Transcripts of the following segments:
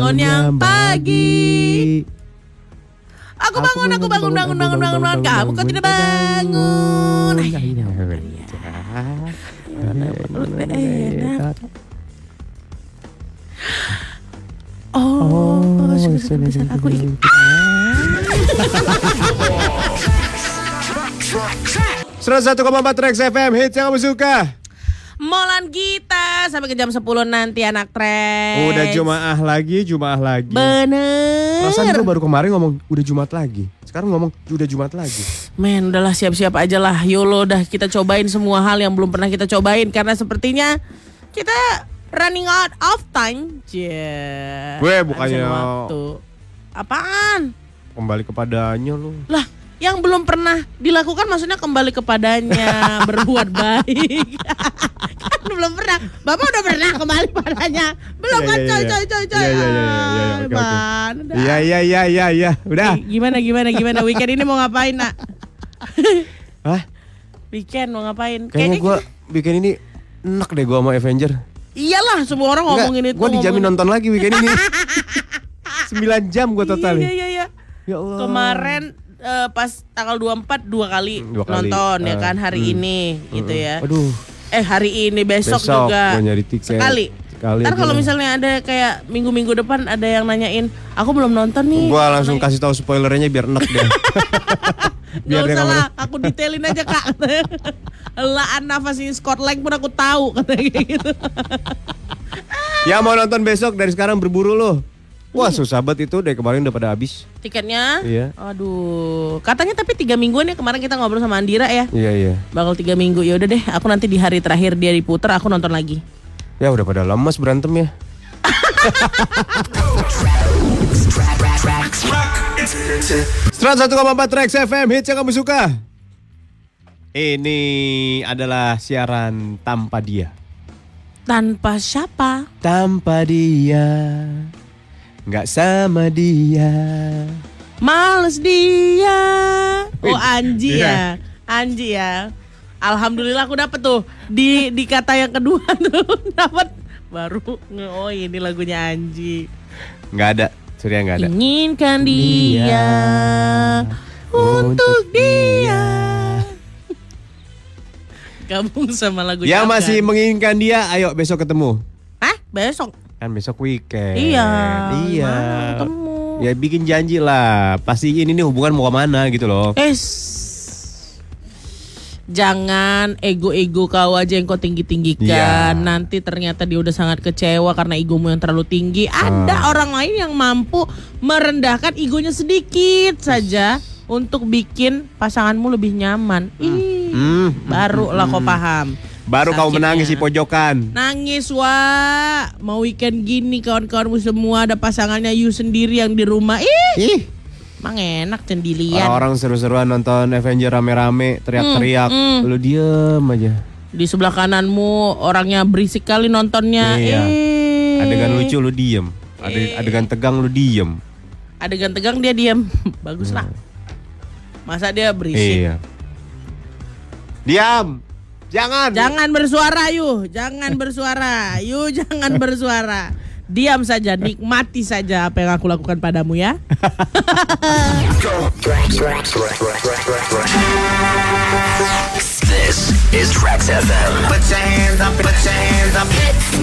bangun yang pagi. Aku bangun, kamu kok tidak bangun. Sudah aku ikut. 101,4 Trax FM, hits yang kamu suka. Molan kita sampai ke jam 10 nanti anak Trax. Udah Jumaah lagi. Bener. Perasaan gue baru kemarin ngomong udah Jumat lagi. Sekarang ngomong udah Jumat lagi. Men, udahlah siap-siap aja lah. YOLO dah kita cobain semua hal yang belum pernah kita cobain. Karena sepertinya kita running out of time. Gue bukannya waktu. Apaan? Kembali kepadanya lu. Lah, yang belum pernah dilakukan maksudnya kembali kepadanya, berbuat baik. Kan belum pernah. Bapak udah pernah kembali padanya. Belum kan coy. Iya. Udah. Gimana? Weekend ini mau ngapain, Nak? Hah? Weekend mau ngapain? Kayaknya gue weekend ini enak deh gue sama Avenger. Iyalah, semua orang ngomongin itu. Gue dijamin nonton lagi weekend ini. 9 jam gue total. Iya. Ya Allah. Kemarin pas tanggal 24 dua kali nonton ya kan hari ini gitu ya. Aduh. Hari ini besok juga. Gue nyari tiket. Sekali. Ntar kalau misalnya ada kayak minggu-minggu depan ada yang nanyain, aku belum nonton nih. Gue langsung kasih tahu spoilernya biar enak deh. Gak usah lah, aku detailin aja Kak. Elaan nafas ini Scotland pun aku tahu katanya gitu. Ya mau nonton besok dari sekarang berburu loh. Wah susah banget itu, dari kemarin udah pada habis tiketnya. Iya. Aduh, katanya tapi 3 mingguan ya, kemarin kita ngobrol sama Andira ya. Iya. Bakal 3 minggu. Ya udah deh, aku nanti di hari terakhir dia diputer aku nonton lagi. Ya udah pada lemas berantem ya. 101,4 Trax FM, hits yang kamu suka. Ini adalah siaran tanpa dia. Tanpa siapa? Tanpa dia, nggak sama dia. Males dia. Oh Anji ya. Anji ya. Alhamdulillah aku dapet tuh di kata yang kedua tuh dapat baru ini lagunya Anji. Nggak ada, Surya nggak ada. Inginkan dia untuk dia. Gabung sama lagu yang masih menginginkan dia, ayo besok ketemu. Hah? Besok? Kan besok weekend. Iya. Ketemu. Ya bikin janji lah. Pastiin ini hubungan mau kemana gitu loh. Jangan ego-ego kau aja yang kau tinggi-tinggikan. Nanti ternyata dia udah sangat kecewa karena egomu yang terlalu tinggi. Ada orang lain yang mampu merendahkan egonya sedikit saja untuk bikin pasanganmu lebih nyaman. Baru lah kau paham. Baru kau menangis di pojokan. Nangis wah. Mau weekend gini kawan-kawanmu semua ada pasangannya, you sendiri yang di rumah. Emang enak sendirian. Orang seru-seruan nonton Avenger rame-rame, teriak-teriak. Lu diem aja. Di sebelah kananmu orangnya berisik kali nontonnya. Adegan lucu lu diem. Adegan tegang lu diem. Adegan tegang dia diem. Bagus lah. Masa dia berisik? Iya. Diam. Jangan bersuara Yu. Jangan bersuara. Yu jangan bersuara. Diam saja, nikmati saja apa yang aku lakukan padamu ya. This is Trax FM. Put your hands up, put your hands up.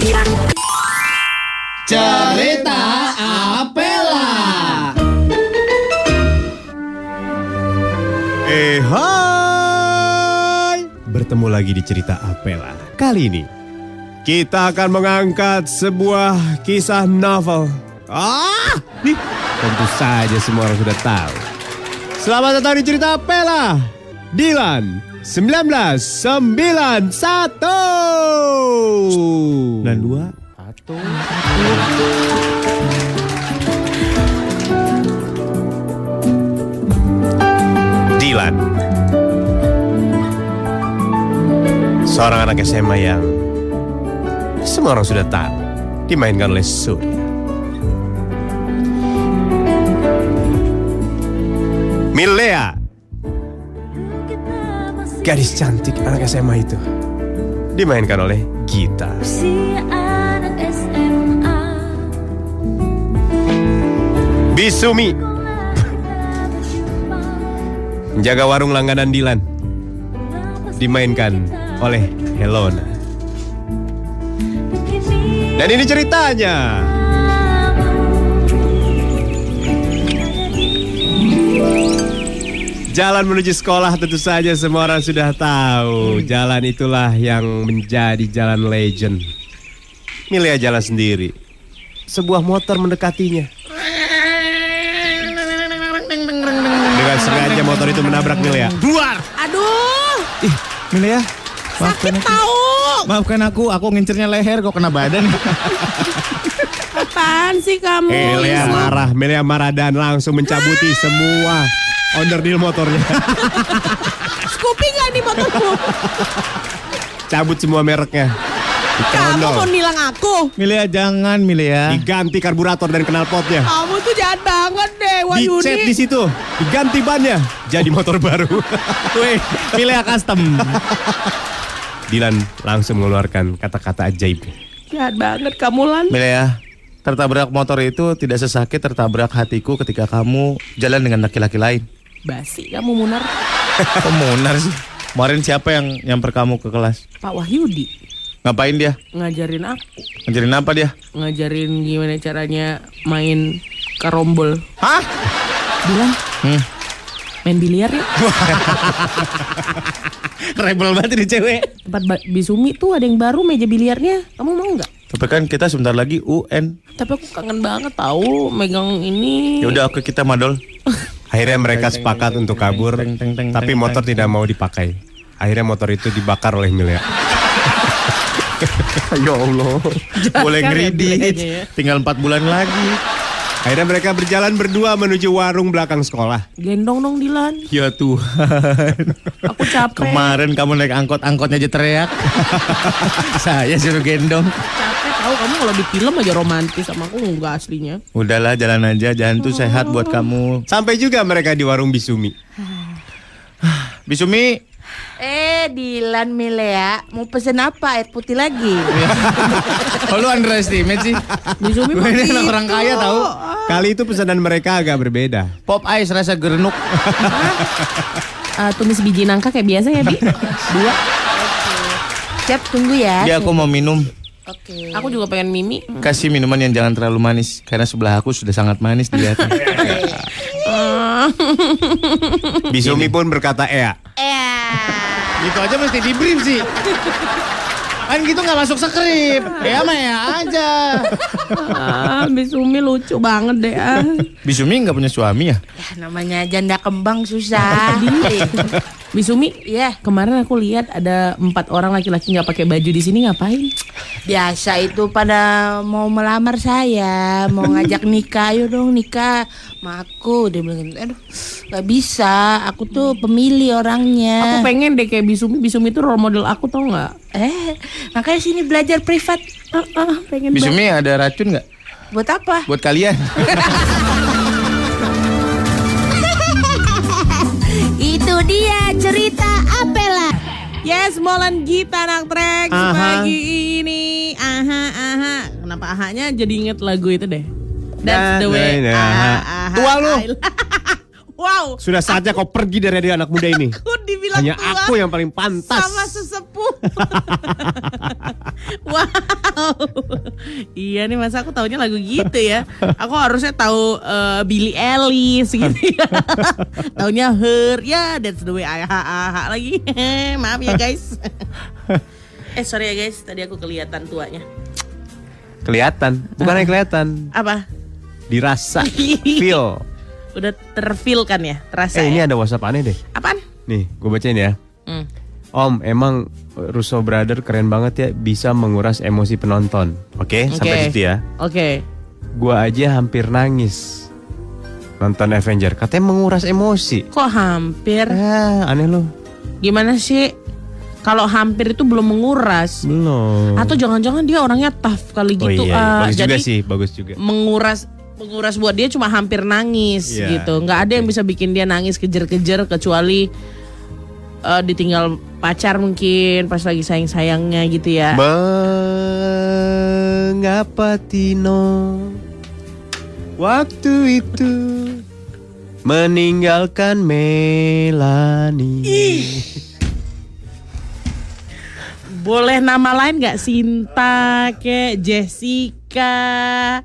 Cerita Apela. Hai. Bertemu lagi di Cerita Apela. Kali ini kita akan mengangkat sebuah kisah novel. Tentu saja semua orang sudah tahu. Selamat datang di Cerita Apela. Dilan 1991. 92 atau Dilan, seorang anak SMA yang semua orang sudah tahu, dimainkan oleh Surya. Milea, gadis cantik anak SMA itu, dimainkan oleh Gita. Bisumi menjaga warung langganan Dilan, dimainkan oleh Helona. Dan ini ceritanya. Jalan menuju sekolah tentu saja semua orang sudah tahu. Jalan itulah yang menjadi jalan legend. Milea jalan sendiri. Sebuah motor mendekatinya. Dengan sengaja motor itu menabrak Milea. Duar! Aduh, Ih, Milea, sakit tahu. maafkan aku ngincernya leher kok kena badan. Apaan sih kamu? Milea marah dan langsung mencabuti semua onderdil motornya. Scoopy nggak nih motorku? Cabut semua mereknya. Kamu mau Dicondol. nilang aku? Milea jangan Milea. Diganti karburator dan knalpotnya. Kamu tuh jahat banget deh, Wahyudi. Dicet di situ, diganti bannya, jadi motor baru. Weh, Milea custom. Dilan langsung mengeluarkan kata-kata ajaib. Jahat banget kamu, Lan. Milea, tertabrak motor itu tidak sesakit tertabrak hatiku ketika kamu jalan dengan laki-laki lain. Basi kamu, Munar. Kok Munar sih? Kemarin siapa yang nyamper kamu ke kelas? Pak Wahyudi Ngapain dia? ngajarin aku. Ngajarin apa dia? Ngajarin gimana caranya main karombol. Hah? Bilang, main biliar yuk. Rebel banget ini cewek. Tempat Bisumi tuh ada yang baru meja biliarnya. Kamu mau nggak? Tapi kan kita sebentar lagi UN. Tapi aku kangen banget tahu megang ini. Ya udah, oke kita madol. Akhirnya mereka sepakat untuk kabur, tapi motor tidak mau dipakai. Akhirnya motor itu dibakar oleh Milea. Ya Allah. Boleh Kan ya ngeridit. belanjanya ya. Tinggal 4 bulan lagi. Akhirnya mereka berjalan berdua menuju warung belakang sekolah. Gendong dong Dilan. Ya Tuhan. Aku capek. Kemarin kamu naik angkot-angkotnya aja teriak. Saya suruh gendong. Capek tahu kamu kalau di film aja romantis sama aku enggak aslinya. Udahlah jalan aja, jalan tuh sehat buat kamu. Sampai juga mereka di warung Bisumi. Bisumi. Dilan Milea, mau pesen apa? Air putih lagi? Oh lu underestimate sih. Bisumi Gue ini anak orang kaya tahu. Kali itu pesanan mereka agak berbeda. Pop ice rasa gerenuk. Tumis biji nangka kayak biasa ya, Bi? 2. Siap, tunggu ya. Dia aku mau minum. Oke. Aku juga pengen mimi. Kasih minuman yang jangan terlalu manis karena sebelah aku sudah sangat manis dilihatnya. Bisumi pun berkata Ea. Gitu aja mesti di brief sih. Kan gitu nggak masuk skrip. Ya mah ya aja. Bisumi lucu banget deh. Bisumi nggak punya suami ya? Ya, namanya janda kembang susah. Bisumi, Iya. kemarin aku lihat ada 4 orang laki-laki nggak pakai baju di sini ngapain? Biasa itu pada mau melamar saya, mau ngajak nikah, ayo dong nikah sama aku. Dia bilang gitu, aduh gak bisa, aku tuh pemilih orangnya. Aku pengen deh kayak Bisumi. Bisumi itu role model aku, tau nggak? Makanya sini belajar privat. Pengen Bisumi ada racun nggak? Buat apa? Buat kalian? Itu dia cerita Apela. Yes, Molan Gita anak trek pagi ini. Kenapa ahanya jadi inget lagu itu deh? That's the way. Tua lu. Wow. Sudah saatnya kau pergi dari anak muda ini. Aku dibilang Hanya tua aku yang paling pantas. sama sesepuh. Wow. Iya nih, masa aku taunya lagu gitu ya. Aku harusnya tahu Billie Eilish gitu ya. Taunya Her. Ya, that's the way lagi. Maaf ya guys. Sorry ya guys, tadi aku kelihatan tuanya. Kelihatan, bukannya kelihatan. Apa? Dirasa, feel. Udah terfeel kan ya? Terasa Ini ya? ada WhatsApp aneh deh. Apaan? Nih, gue bacain ya. Om, emang Russo Brother keren banget ya, bisa menguras emosi penonton. Oke, sampai situ ya. Oke. Gua aja hampir nangis nonton Avenger, katanya menguras emosi. Kok hampir? Aneh loh. Gimana sih? Kalau hampir itu belum menguras. Belum. Atau jangan-jangan dia orangnya tough kali gitu. Bagus juga Jadi sih, bagus juga. menguras buat dia cuma hampir nangis gitu. Nggak ada yang bisa bikin dia nangis kejer-kejer kecuali ditinggal pacar mungkin pas lagi sayang-sayangnya gitu ya. Mengapa Tino waktu itu meninggalkan Melani. Boleh nama lain gak? Sinta, kayak Jessica,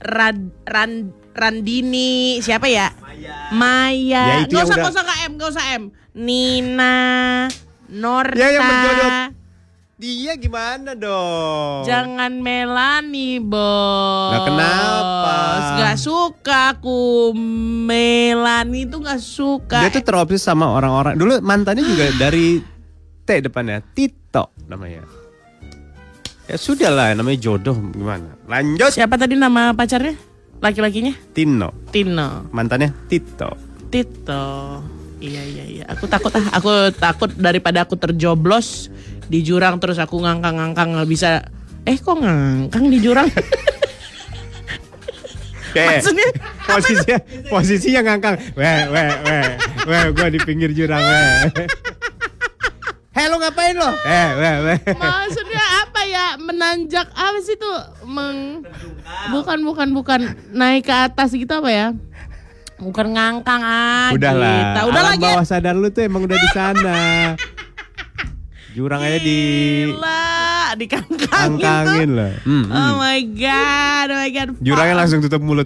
Randini, siapa ya? Maya. Ya, itu yang Gak udah- usah M. Nina, Norta. Ya, yang berjodoh. Dia gimana dong? Jangan Melani, Bos. Nah, kenapa? Gak suka aku. Melani itu gak suka. Dia tuh terobses sama orang-orang. Dulu mantannya juga dari T depannya, Tito namanya. Ya sudah lah, namanya jodoh, gimana? Lanjut. Siapa tadi nama pacarnya? Laki-lakinya? Tino, Tino. mantannya Tito. Tito. Iya. Aku takut daripada aku terjoblos di jurang terus aku ngangkang nggak bisa. Kok ngangkang di jurang? Maksudnya posisinya ngangkang. Weh, gua di pinggir jurang, weh. Hei, lo ngapain lo? Weh. Maksudnya apa ya? Menanjak apa sih tuh? Bukan naik ke atas gitu apa ya? Bukan ngangkang aja. Udahlah. Udahlah Alam bawah sadar lu tuh emang udah di sana. Jurang aja Gila, dikangkangin angkangin tuh. lah. Oh my god. Jurangnya langsung tutup mulut.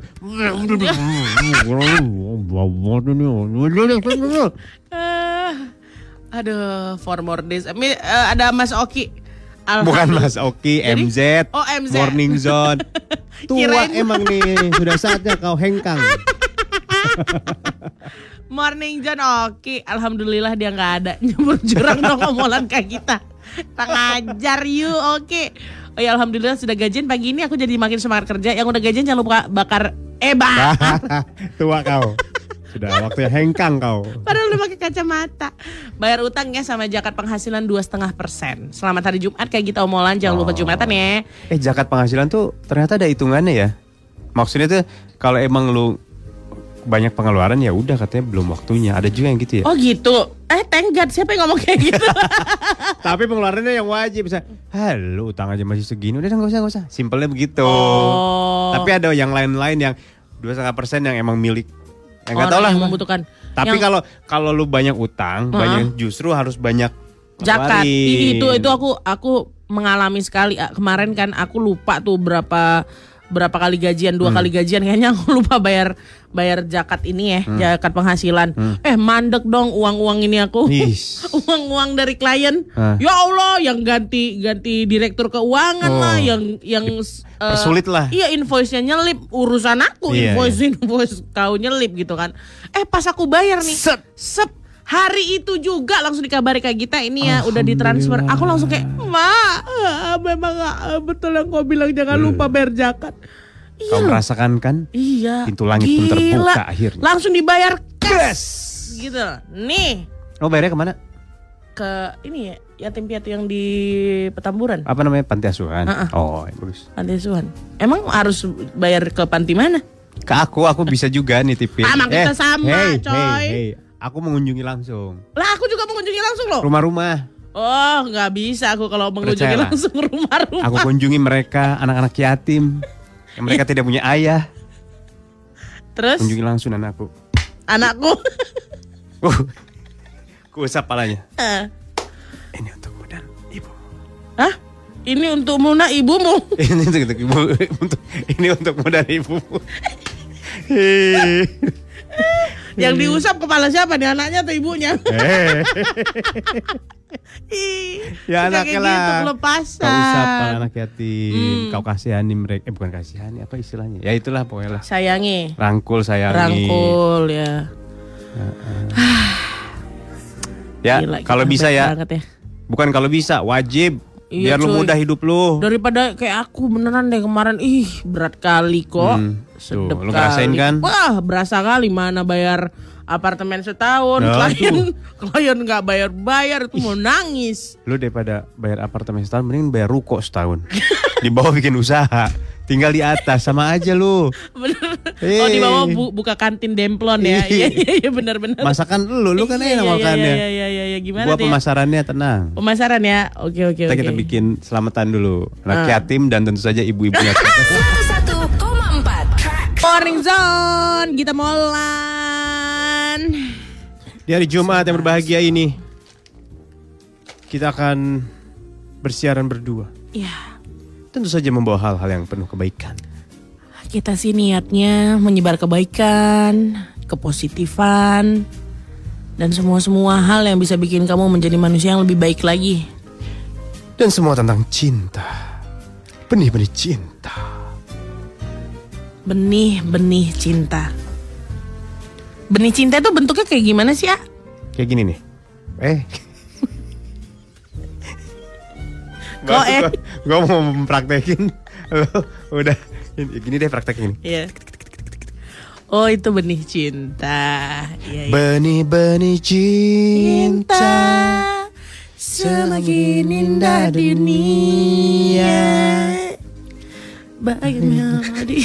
Aduh, four more days. Ada Mas Oki. Bukan Mas Oki, Jadi? MZ. Oh, MZ. Morning Zone. Tua Kirain- emang nih, sudah saatnya kau hengkang. Morning John Oki. Alhamdulillah dia nggak ada nyebur jurang dong omolan kayak kita. Ngajar you Oki. Oh ya alhamdulillah sudah gajian pagi ini aku jadi makin semangat kerja. Yang udah gajian jangan lupa bakar Tua kau. Sudah waktunya hengkang kau. Padahal udah pakai kacamata. Bayar utang ya sama zakat penghasilan 2,5%. Selamat hari Jumat kayak kita omolan jangan lupa Jumatan ya. Zakat penghasilan tuh ternyata ada hitungannya ya. Maksudnya tuh kalau emang lu banyak pengeluaran ya udah katanya belum waktunya. Ada juga yang gitu ya. Oh gitu. Thank God siapa yang ngomong kayak gitu? Tapi pengeluarannya yang wajib bisa. Lu utang aja masih segini. Udah nggak usah. Simpelnya begitu. Oh. Tapi ada yang lain-lain yang 2,5% yang emang milik. Nggak Orang tahu lah. yang membutuhkan. Tapi Yang- kalau lu banyak utang, banyak justru harus banyak zakat. keluarin. Itu aku mengalami sekali. Kemarin kan aku lupa tuh berapa kali gajian, 2 kali gajian kayaknya aku lupa bayar zakat ini ya, zakat penghasilan. Mandek dong uang-uang ini aku. Is. Uang-uang dari klien. Ya Allah, yang ganti direktur keuangan lah, yang Persulit lah. Iya, invoice-nya nyelip, urusan aku, Iya, invoice kau nyelip gitu kan. Pas aku bayar nih. Sep. Hari itu juga langsung dikabari kayak kita ini ya udah ditransfer. Aku langsung kayak, memang betul yang kau bilang jangan lupa bayar zakat. Kau merasakan kan? Iya. Pintu langit pun terbuka akhirnya. Langsung dibayar cash. Gitu. Nih. Oh bayarnya kemana? Ke ini ya, yatim piatu yang di Petamburan. Apa namanya? Panti asuhan. Oh bagus. Panti asuhan. Emang harus bayar ke panti mana? Ke aku bisa juga nitipin. Emang kita sama, coy. Hey. Aku mengunjungi langsung. Lah aku juga mengunjungi langsung loh. Rumah-rumah. Oh nggak bisa aku kalau mengunjungi Percayalah. langsung rumah-rumah. Aku kunjungi mereka, anak-anak yatim. Yang mereka tidak punya ayah. Terus Kunjungi langsung anakku. anakku. Ku usap palanya. Ini untukmu dan ibu. Hah? Ini untukmu nak ibumu. Ini untuk ibu. Ini untukmu dan ibumu. Yang diusap kepala siapa nih, anaknya atau ibunya? Ya Suka anaknya kayak lah. gitu, pelepasan. Kau usap pala anak yatim. Kau kasihani mereka. Bukan kasihani, apa istilahnya? Ya itulah pokoknya lah. Sayangi. Rangkul sayangi. Rangkul ya. Ya Gila, kalau kita bisa baik ya. banget ya. Bukan kalau bisa, wajib. Iya, Biar lu cuy. mudah hidup lu. Daripada kayak aku beneran deh kemarin, berat kali kok. Sedep Tuh, lu ngerasain kali. kan? Wah, berasa kali mana bayar apartemen setahun. Nah, Klien nggak bayar itu mau nangis. Lu daripada bayar apartemen setahun, mending bayar ruko setahun. Di bawah bikin usaha. Tinggal di atas, sama aja lu. Bener. Oh di bawah buka kantin demplon ya. Iya benar-benar. Masakan lu kan enak makannya. Iya gimana Gua tuh ya? pemasarannya tenang. Pemasaran ya. Oke. Kita bikin selamatan dulu. Anak yatim dan tentu saja ibu-ibunya. 101,4 Morning Zone, Gita Molan. Di hari Jumat yang berbahagia ini, kita akan bersiaran berdua. Ya, Tentu saja membawa hal-hal yang penuh kebaikan. kita sih niatnya menyebar kebaikan, kepositifan, dan semua hal yang bisa bikin kamu menjadi manusia yang lebih baik lagi. Dan semua tentang cinta. Benih-benih cinta. Benih-benih cinta. Benih cinta itu bentuknya kayak gimana sih, A? Kayak gini nih. Gue mau mempraktekin. Lo udah gini deh praktekin. Iya. Oh, itu benih cinta. Iya, iya. Benih-benih cinta semakin indah dunia. Bagaimana di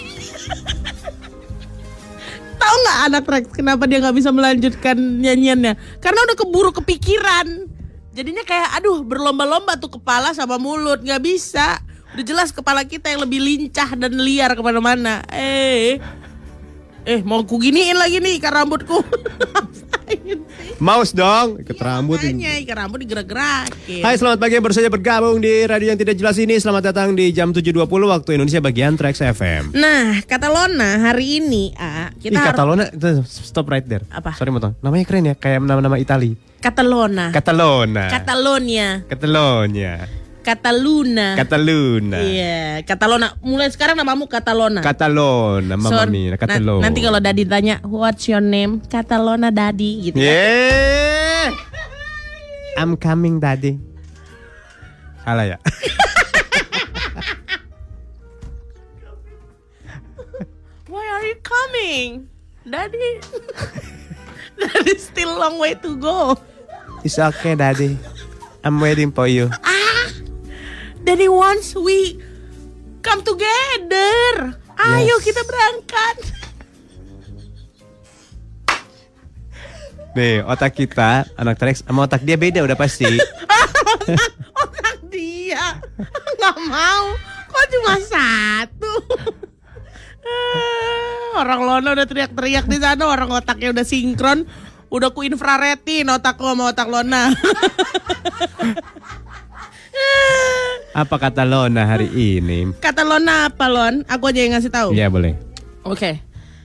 Tahu nggak anak Rex kenapa dia nggak bisa melanjutkan nyanyiannya? Karena udah keburu kepikiran. Jadinya kayak aduh berlomba-lomba tuh kepala sama mulut, nggak bisa. Udah jelas kepala kita yang lebih lincah dan liar kemana-mana. Mau ku giniin lagi nih ikan rambutku. Mouse dong, ikat rambut. Makanya ikan rambut digerak-gerakin. Hai, selamat pagi yang baru saja bergabung di radio yang tidak jelas ini. Selamat datang di jam 7.20 waktu Indonesia bagian Trax FM. Nah, Katalona hari ini, kita harus Katalona, stop right there. Apa? Sorry motong. Namanya keren ya, kayak nama-nama Itali. Katalona. Katalona. Catalonia. Catalonia. Cataluna. Cataluna. Iya, Katalona. Mulai sekarang namamu Katalona. Katalona, Mamma Mia, Katalona. Nanti kalau Daddy tanya, what's your name? Katalona Daddy gitu. Yeah. I'm coming, Daddy. Salah ya? Why are you coming? Daddy. Daddy still long way to go. It's okay, Daddy. I'm waiting for you. Daddy wants we come together. Ayo kita berangkat. Nih, otak kita, anak Trax sama otak dia beda udah pasti. Otak dia nggak mau. Kok cuma satu? Orang Lona udah teriak-teriak di sana. Orang otaknya udah sinkron. Udah ku infraredin otakku sama otak Lona. Apa kata Lona hari ini? Kata Lona apa, Lon? Aku aja yang ngasih tahu. Iya, boleh. Oke.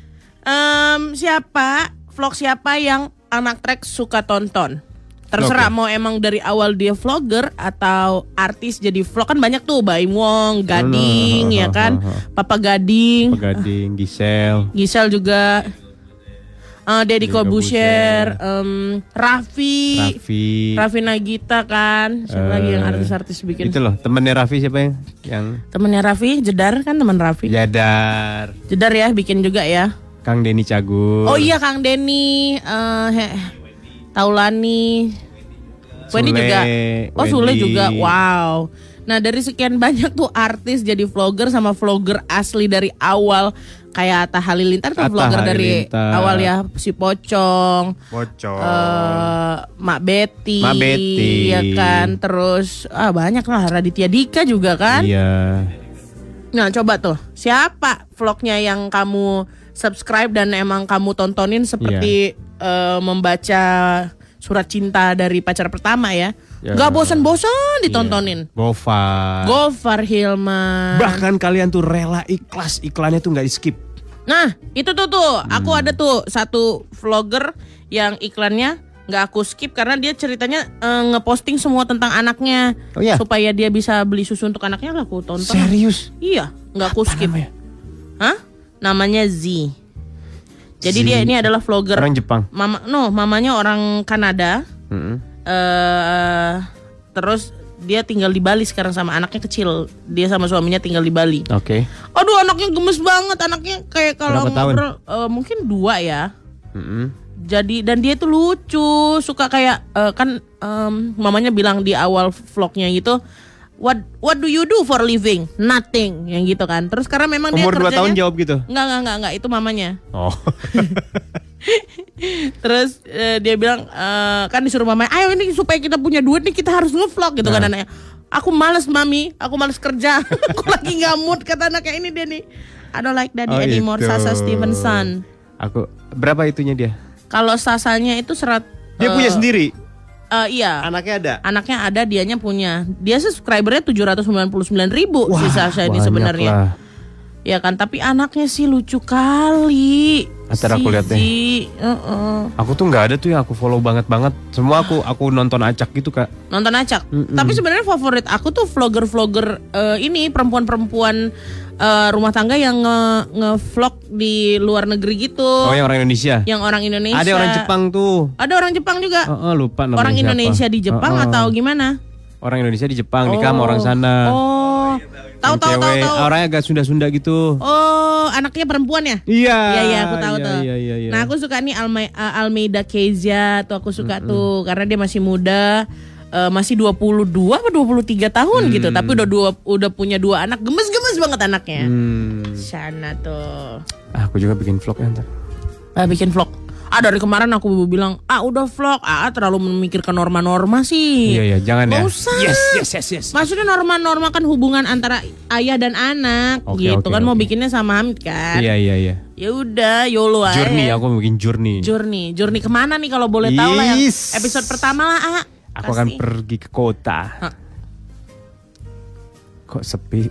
Vlog siapa yang anak Trax suka tonton? Terserah mau emang dari awal dia vlogger atau artis jadi vlog, kan banyak tuh Baim Wong, Gading ya kan, Papa Gading, Gisel juga, Deddy Corbuzier, Raffi Nagita kan, siapa lagi yang artis-artis bikin? Itu loh, temennya Raffi siapa yang? Temennya Raffi, Jedar kan teman Raffi. Jedar ya, bikin juga ya. Kang Denny Cagur. Oh iya Kang Denny, Taulani, Wendy juga. Oh Sule juga, wow. Nah dari sekian banyak tuh artis jadi vlogger sama vlogger asli dari awal. Kayak Atta Halilintar tuh vlogger dari awal ya, si Pocong. Mak Betty ya kan. Terus banyak lah, Raditya Dika juga kan. Iya. Nah coba tuh, siapa vlognya yang kamu subscribe dan emang kamu tontonin seperti membaca surat cinta dari pacar pertama ya. Gak bosan-bosan ditontonin. Gofar Hilman. Bahkan kalian tuh rela ikhlas iklannya tuh gak di skip. Nah itu tuh aku ada tuh satu vlogger yang iklannya gak aku skip karena dia ceritanya ngeposting semua tentang anaknya. Supaya dia bisa beli susu untuk anaknya lah aku tonton. Serius? Iya, gak aku skip. Namanya Z. Jadi dia ini adalah vlogger orang Jepang. Mamanya orang Kanada. Terus dia tinggal di Bali sekarang sama anaknya kecil. Dia sama suaminya tinggal di Bali. Oke. Aduh anaknya gemes banget. Anaknya kayak kalau ngobrol mungkin 2 ya. Jadi dan dia tuh lucu. Suka kayak mamanya bilang di awal vlognya gitu, What do you do for living? Nothing, yang gitu kan. Terus karena memang umur dia kerjanya 2 tahun jawab gitu? Enggak, itu mamanya. Oh. Terus dia bilang, kan disuruh mamanya, ayo ini supaya kita punya duit nih kita harus nge-vlog gitu kan anaknya. Aku males mami, aku males kerja. Aku lagi gak mood kata anaknya ini dia nih. I don't like daddy anymore, itu. Sasa Stevenson. Aku berapa itunya dia? Kalau Sasanya itu Dia punya sendiri. Iya. Anaknya ada. Anaknya ada, dianya punya. Dia subscribernya 799.000 si Sasha ini sebenarnya. Lah. Ya kan, tapi anaknya sih lucu kali. Ntar aku lihat deh. Aku tuh nggak ada tuh yang aku follow banget. Semua aku nonton acak gitu Kak. Nonton acak. Tapi sebenarnya favorit aku tuh vlogger ini perempuan-perempuan rumah tangga yang nge-vlog di luar negeri gitu. Oh, yang orang Indonesia. Yang orang Indonesia. Ada orang Jepang tuh. Ada orang Jepang juga. Lupa namanya orang siapa. Indonesia di Jepang atau gimana? Orang Indonesia di Jepang nikah sama orang sana. Oh. Tahu. Orangnya agak Sunda gitu. Oh, anaknya perempuan ya? Iya. Iya, aku tahu tuh. Iya. Nah, aku suka nih Almeida Kezia tuh, aku suka tuh karena dia masih muda. Masih 22 atau 23 tahun gitu, tapi udah punya 2 anak, gemes-gemes banget anaknya. Sana tuh. Aku juga bikin vlog ya ntar. Bikin vlog. Dari kemarin aku bilang, udah vlog, terlalu memikirkan norma-norma sih. Iya, jangan ya. Nggak usah. Yes. Maksudnya norma-norma kan hubungan antara ayah dan anak, gitu kan. Mau bikinnya sama Hamid kan. Iya. Ya udah, YOLO aja. Journey, aku mau bikin journey. Journey kemana nih kalau boleh tahu lah yang episode pertama lah. Aku akan pergi ke kota. Kok sepi?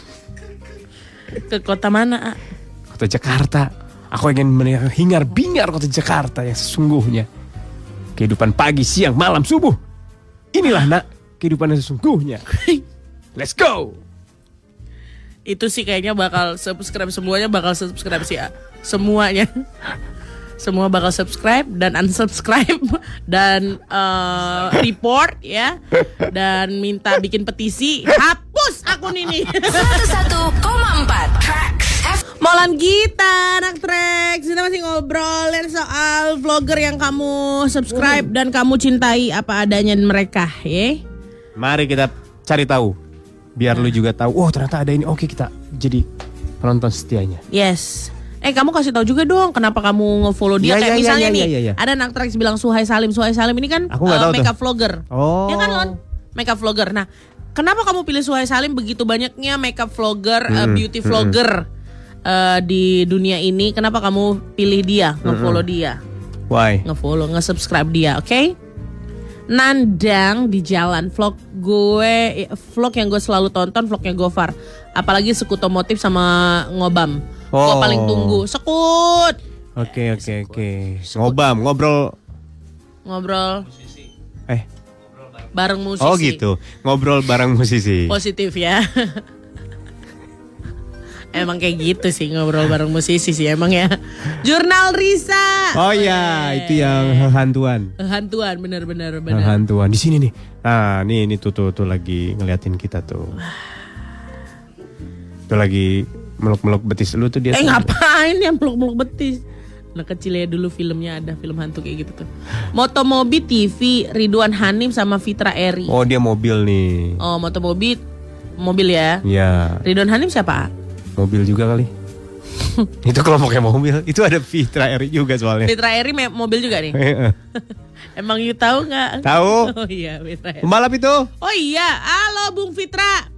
Ke kota mana? Kota Jakarta. Aku ingin hingar-bingar kota Jakarta yang sesungguhnya. Kehidupan pagi, siang, malam, subuh. Inilah nak kehidupan yang sesungguhnya. Let's go. Itu sih kayaknya bakal subscribe, semuanya bakal subscribe sih. Semuanya. Semua bakal subscribe dan unsubscribe dan report ya. Dan minta bikin petisi, hapus akun ini. 101,4 Tracks. Molan kita anak Trax, kita masih ngobrolin soal vlogger yang kamu subscribe dan kamu cintai apa adanya mereka, ya. Mari kita cari tahu, biar lu juga tahu. Oh, ternyata ada ini. Oke, kita jadi penonton setianya. Yes. Kamu kasih tahu juga dong kenapa kamu nge-follow dia. Kayak misalnya nih, ada anak Trax bilang Suhai Salim ini kan makeup vlogger. Oh. Ya kan Lon? Makeup vlogger. Nah, kenapa kamu pilih Suhai Salim? Begitu banyaknya makeup vlogger, beauty vlogger di dunia ini, kenapa kamu pilih dia, nge-follow dia? Why? Nge-follow, nge-subscribe dia, oke? Nandang di jalan, vlog yang gue selalu tonton, vlognya Gofar. Apalagi Sekutu Motif sama Ngobam. Gue paling tunggu, Sekut. Oke. Ngobrol. Bareng musisi. Oh gitu, ngobrol bareng musisi. Positif ya. Emang kayak gitu sih, ngobrol bareng musisi sih emang ya. Jurnal Risa. Oh iya, itu yang hantuan. Hantuan, benar. Hantuan di sini nih. Nah, ini tuh lagi ngeliatin kita tuh. Tuh lagi meluk-meluk betis lu tuh dia. Ngapain ya meluk-meluk betis? Nah, kecil ya dulu filmnya ada film hantu kayak gitu tuh. Motomobi TV, Ridwan Hanim sama Fitra Eri. Oh, dia mobil nih. Oh, Motomobi mobil ya. Iya. Ridwan Hanim siapa? Mobil juga kali. Itu kelompoknya mobil. Itu ada Fitra Eri juga soalnya. Fitra Eri mobil juga nih. Emang you tahu nggak? Tahu. Oh iya, Fitra Eri. Pembalap itu. Oh iya, halo Bung Fitra.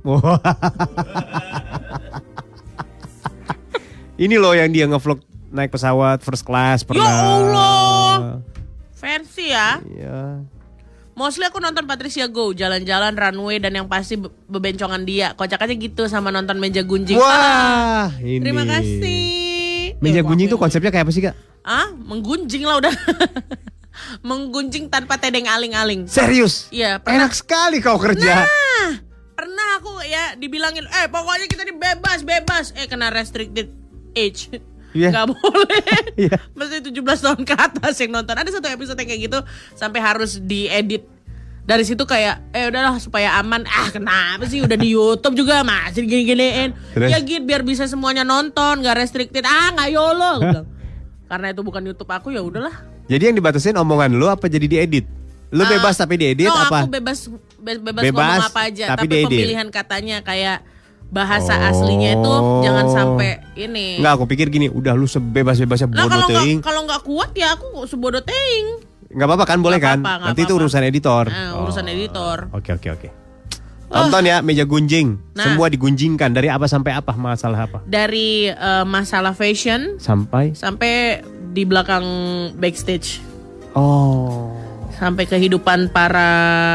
Ini loh yang dia ngevlog naik pesawat first class pernah. Ya Allah. Fancy ya. Iya. Mostly aku nonton Patricia Go, jalan-jalan runway dan yang pasti bebencongan dia. Kocak aja gitu sama nonton meja gunjing. Wah, ini. Terima kasih. Meja gunjing tuh konsepnya kayak apa sih, Kak? Menggunjing lah udah. Menggunjing tanpa tedeng aling-aling. Serius? Iya, pernah. Enak sekali kau kerja. Nah, pernah aku ya dibilangin, pokoknya kita ini bebas. Kena restricted age. Yeah. Gak boleh. Yeah. Mesti 17 tahun ke atas yang nonton. Ada satu episode yang kayak gitu sampai harus diedit. Dari situ kayak udahlah supaya aman. Kenapa sih udah di YouTube juga masih gini-giniin. Ya gitu biar bisa semuanya nonton, gak restricted. Gak YOLO bilang. Karena itu bukan YouTube aku, ya udahlah. Jadi yang dibatasin omongan lu apa jadi diedit? Lu bebas tapi diedit apa? Aku bebas ngomong apa aja, tapi pemilihan katanya kayak bahasa aslinya itu jangan sampai ini. Enggak, aku pikir gini, udah lu sebebas-bebasnya bodoh teuing. Kalau enggak kuat ya aku sebodoh teuing. Enggak apa-apa kan, boleh kan? Nanti itu urusan editor. Urusan editor. Oke. Tonton ya Meja Gunjing. Nah. Semua digunjingkan dari apa sampai apa, masalah apa? Dari masalah fashion Sampai di belakang backstage. oh. Sampai kehidupan para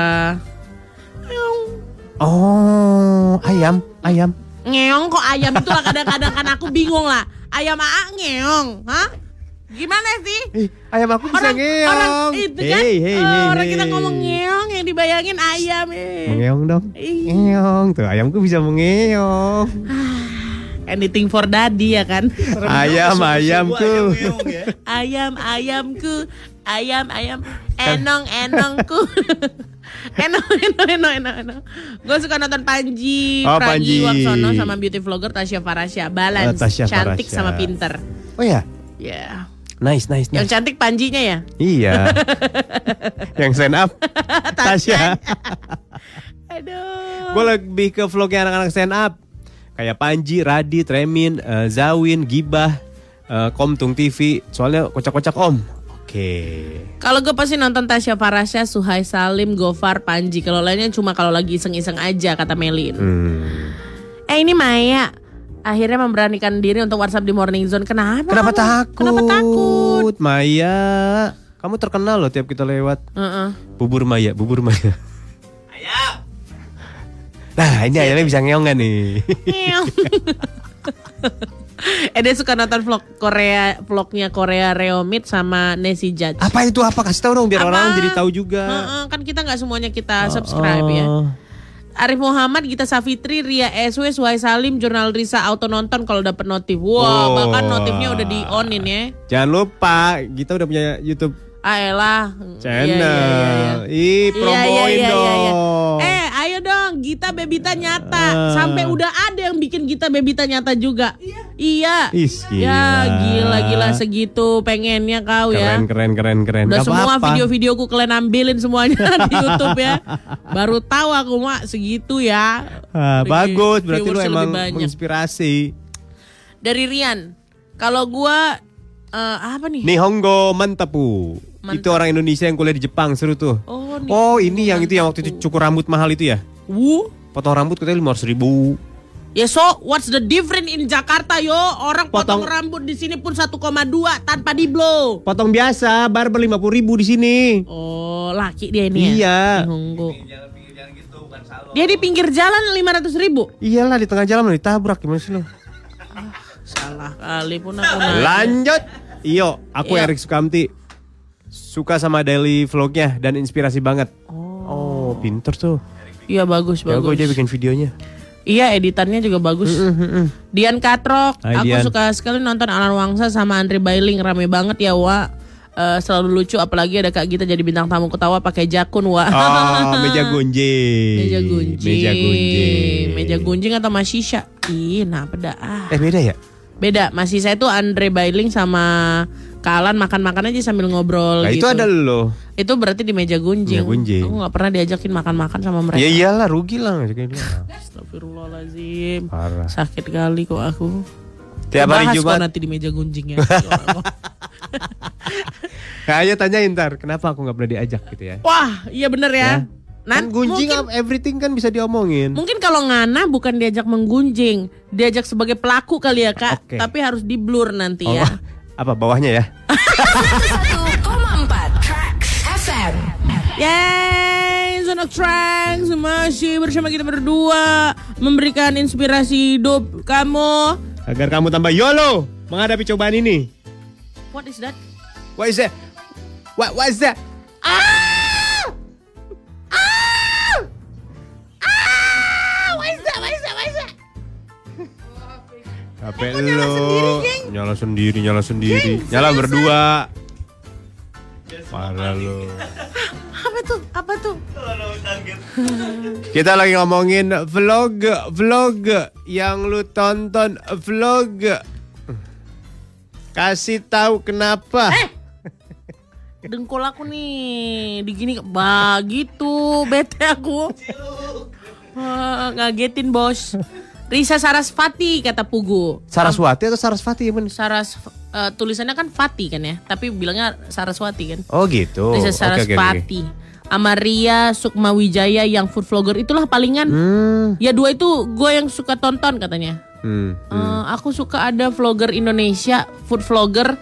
Oh, ayam. ngeong kok ayam itu lah kadang-kadang kan aku bingung lah. Ayam AA ngeong, hah? Gimana sih? Ayam aku bisa ngeong. Orang itu kan Hey, orang kita ngomong ngeong yang dibayangin ayam. Mengeong dong. Ih. Ngeong tuh, ayamku bisa mengeong. Anything for daddy ya kan? Ayamku. Ayamku, ayam enongku. Enong. Gue suka nonton Panji Panji. Pragiwaksono sama beauty vlogger Tasya Farasya. Balance, Tasya cantik Farasya. sama pinter. Oh ya, Ya. nice. Yang cantik Panjinya ya? Iya. Yang stand up Tasya. Aduh. Gue lebih ke vlognya anak-anak stand up. Kayak Panji, Radit, Remin, Zawin, Gibah, Komtung TV. Soalnya kocak-kocak om. Oke. Kalau gue pasti nonton Tasya Farasya, Suhai Salim, Gofar, Panji. Kalau lainnya cuma kalau lagi iseng-iseng aja kata Melin. Ini Maya akhirnya memberanikan diri untuk WhatsApp di Morning Zone. Kenapa? Kenapa takut? Kenapa takut? Maya, kamu terkenal loh tiap kita lewat. Bubur Maya. Ayam. Nah ini ayamnya bisa ngeong gak nih? Dia suka nonton vlognya Korea Reomit sama Nesi Judge. Apa itu apa? Kasih tahu dong biar orang jadi tahu juga. Kan kita nggak semuanya kita subscribe ya. Arif Muhammad, Gita Safitri, Ria SW, Suhai Salim, Jurnal Risa auto nonton kalau dapat notif. Wah, bahkan notifnya udah di onin ya. Jangan lupa, kita udah punya YouTube Ayolah channel. Promoin dong. Ayo dong, Gita Bebita Nyata. Sampai udah ada yang bikin Gita Bebita Nyata juga. Iya. Ya gila segitu pengennya kau ya. Keren. Udah Gak semua apa-apa. video-videoku kalian ambilin semuanya di YouTube ya. Baru tahu aku mak segitu ya. Bagus, berarti lu Viewersnya emang lebih banyak. menginspirasi. Dari Rian, kalau gua apa nih? Nihongo Mantapu. Itu orang Indonesia yang kuliah di Jepang, seru tuh. Oh, ini yang itu yang waktu itu cukur rambut mahal itu ya? Potong rambut katanya 500.000. Ya what's the difference in Jakarta yo? Orang potong rambut di sini pun 1,2 tanpa di blow. Potong biasa, barber 50.000 di sini. Oh, laki dia ini ya? Iya. Nihongo. Dia di pinggir jalan 500.000. Iyalah di tengah jalan ditabrak, gimana sih lo? Salah kali pun aku nanya. Lanjut. Iyo, aku Iya. Erik Sukamti. Suka sama daily vlognya dan inspirasi banget. Oh, pinter tuh. Iya bagus. Jago dia bikin videonya. Iya editannya juga bagus. Dian Katrok, Hai, aku Dian. suka sekali nonton Alan Wangsa sama Andre Bailing, rame banget ya Wak. Selalu lucu, apalagi ada Kak Gita jadi bintang tamu ketawa pakai jakun Wak. Oh, meja gunjing. Meja gunjing atau Mas Shisha? Ih, nah beda Beda ya? Beda, Mas Shisha itu Andre Bailing sama Kalan makan-makan aja sambil ngobrol Nah, gitu. itu ada lo. Itu berarti di meja gunjing. Meja gunjing. Aku gak pernah diajakin makan-makan sama mereka. Ya iyalah, rugi lah ngajakin dia. Astagfirullahaladzim. Parah. Sakit kali kok aku. Tiap hari Bahas Jumat. kok nanti di meja gunjing ya. Kayaknya tanyain ntar, kenapa aku gak pernah diajak gitu ya? Wah, iya bener ya. Kan gunjing everything kan bisa diomongin. Mungkin kalau Ngana bukan diajak menggunjing, diajak sebagai pelaku kali ya Kak. Oke. Tapi harus di blur nanti ya. Apa bawahnya ya? 101,4 Tracks FM. Yeay, Zone of Tracks masih bersama kita berdua memberikan inspirasi hidup kamu. Agar kamu tambah YOLO menghadapi cobaan ini. What is that? What is that? What is that? HP lo nyala sendiri, nyala berdua. Parah lo. Apa tuh? Kita lagi ngomongin vlog yang lu tonton vlog. Kasih tahu kenapa? Dengkul aku nih digini begitu bete aku. Ngagetin bos. Risa Sarasvati kata Pugu. Saraswati atau Sarasvati ya bener? Tulisannya kan Fati kan ya, tapi bilangnya Saraswati kan. Oh gitu. Risa Oke. Sarasvati. Amaria Sukma Wijaya yang food vlogger itulah palingan. Ya 2 itu gue yang suka tonton katanya. Aku suka ada vlogger Indonesia, food vlogger.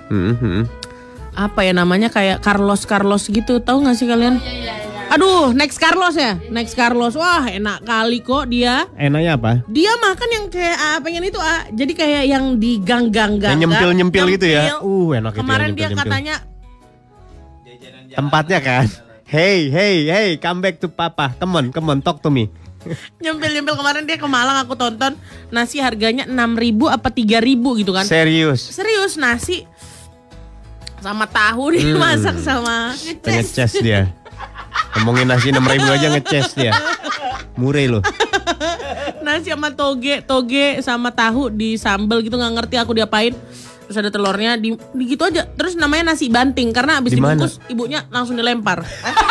Apa ya namanya, kayak Carlos gitu, tahu nggak sih kalian? Aduh, Next Carlos ya, Next Carlos. Wah, enak kali kok dia. Enaknya apa? Dia makan yang kayak pengen itu jadi kayak yang di gang-gang. Yang nyempil gitu ya. Enak itu. Kemarin dia katanya tempatnya kan. Hey, come back to papa. Come on, talk to me. nyempil kemarin dia ke Malang, aku tonton. Nasi harganya 6.000 apa 3.000 gitu kan. Serius Nasi sama tahu dimasak sama ngeces dia. Ngomongin nasi 6.000 aja ngeces dia. Murah loh. Nasi sama toge sama tahu di sambal gitu, nggak ngerti aku diapain. Terus ada telurnya di gitu aja. Terus namanya nasi banting karena abis dibungkus ibunya langsung dilempar.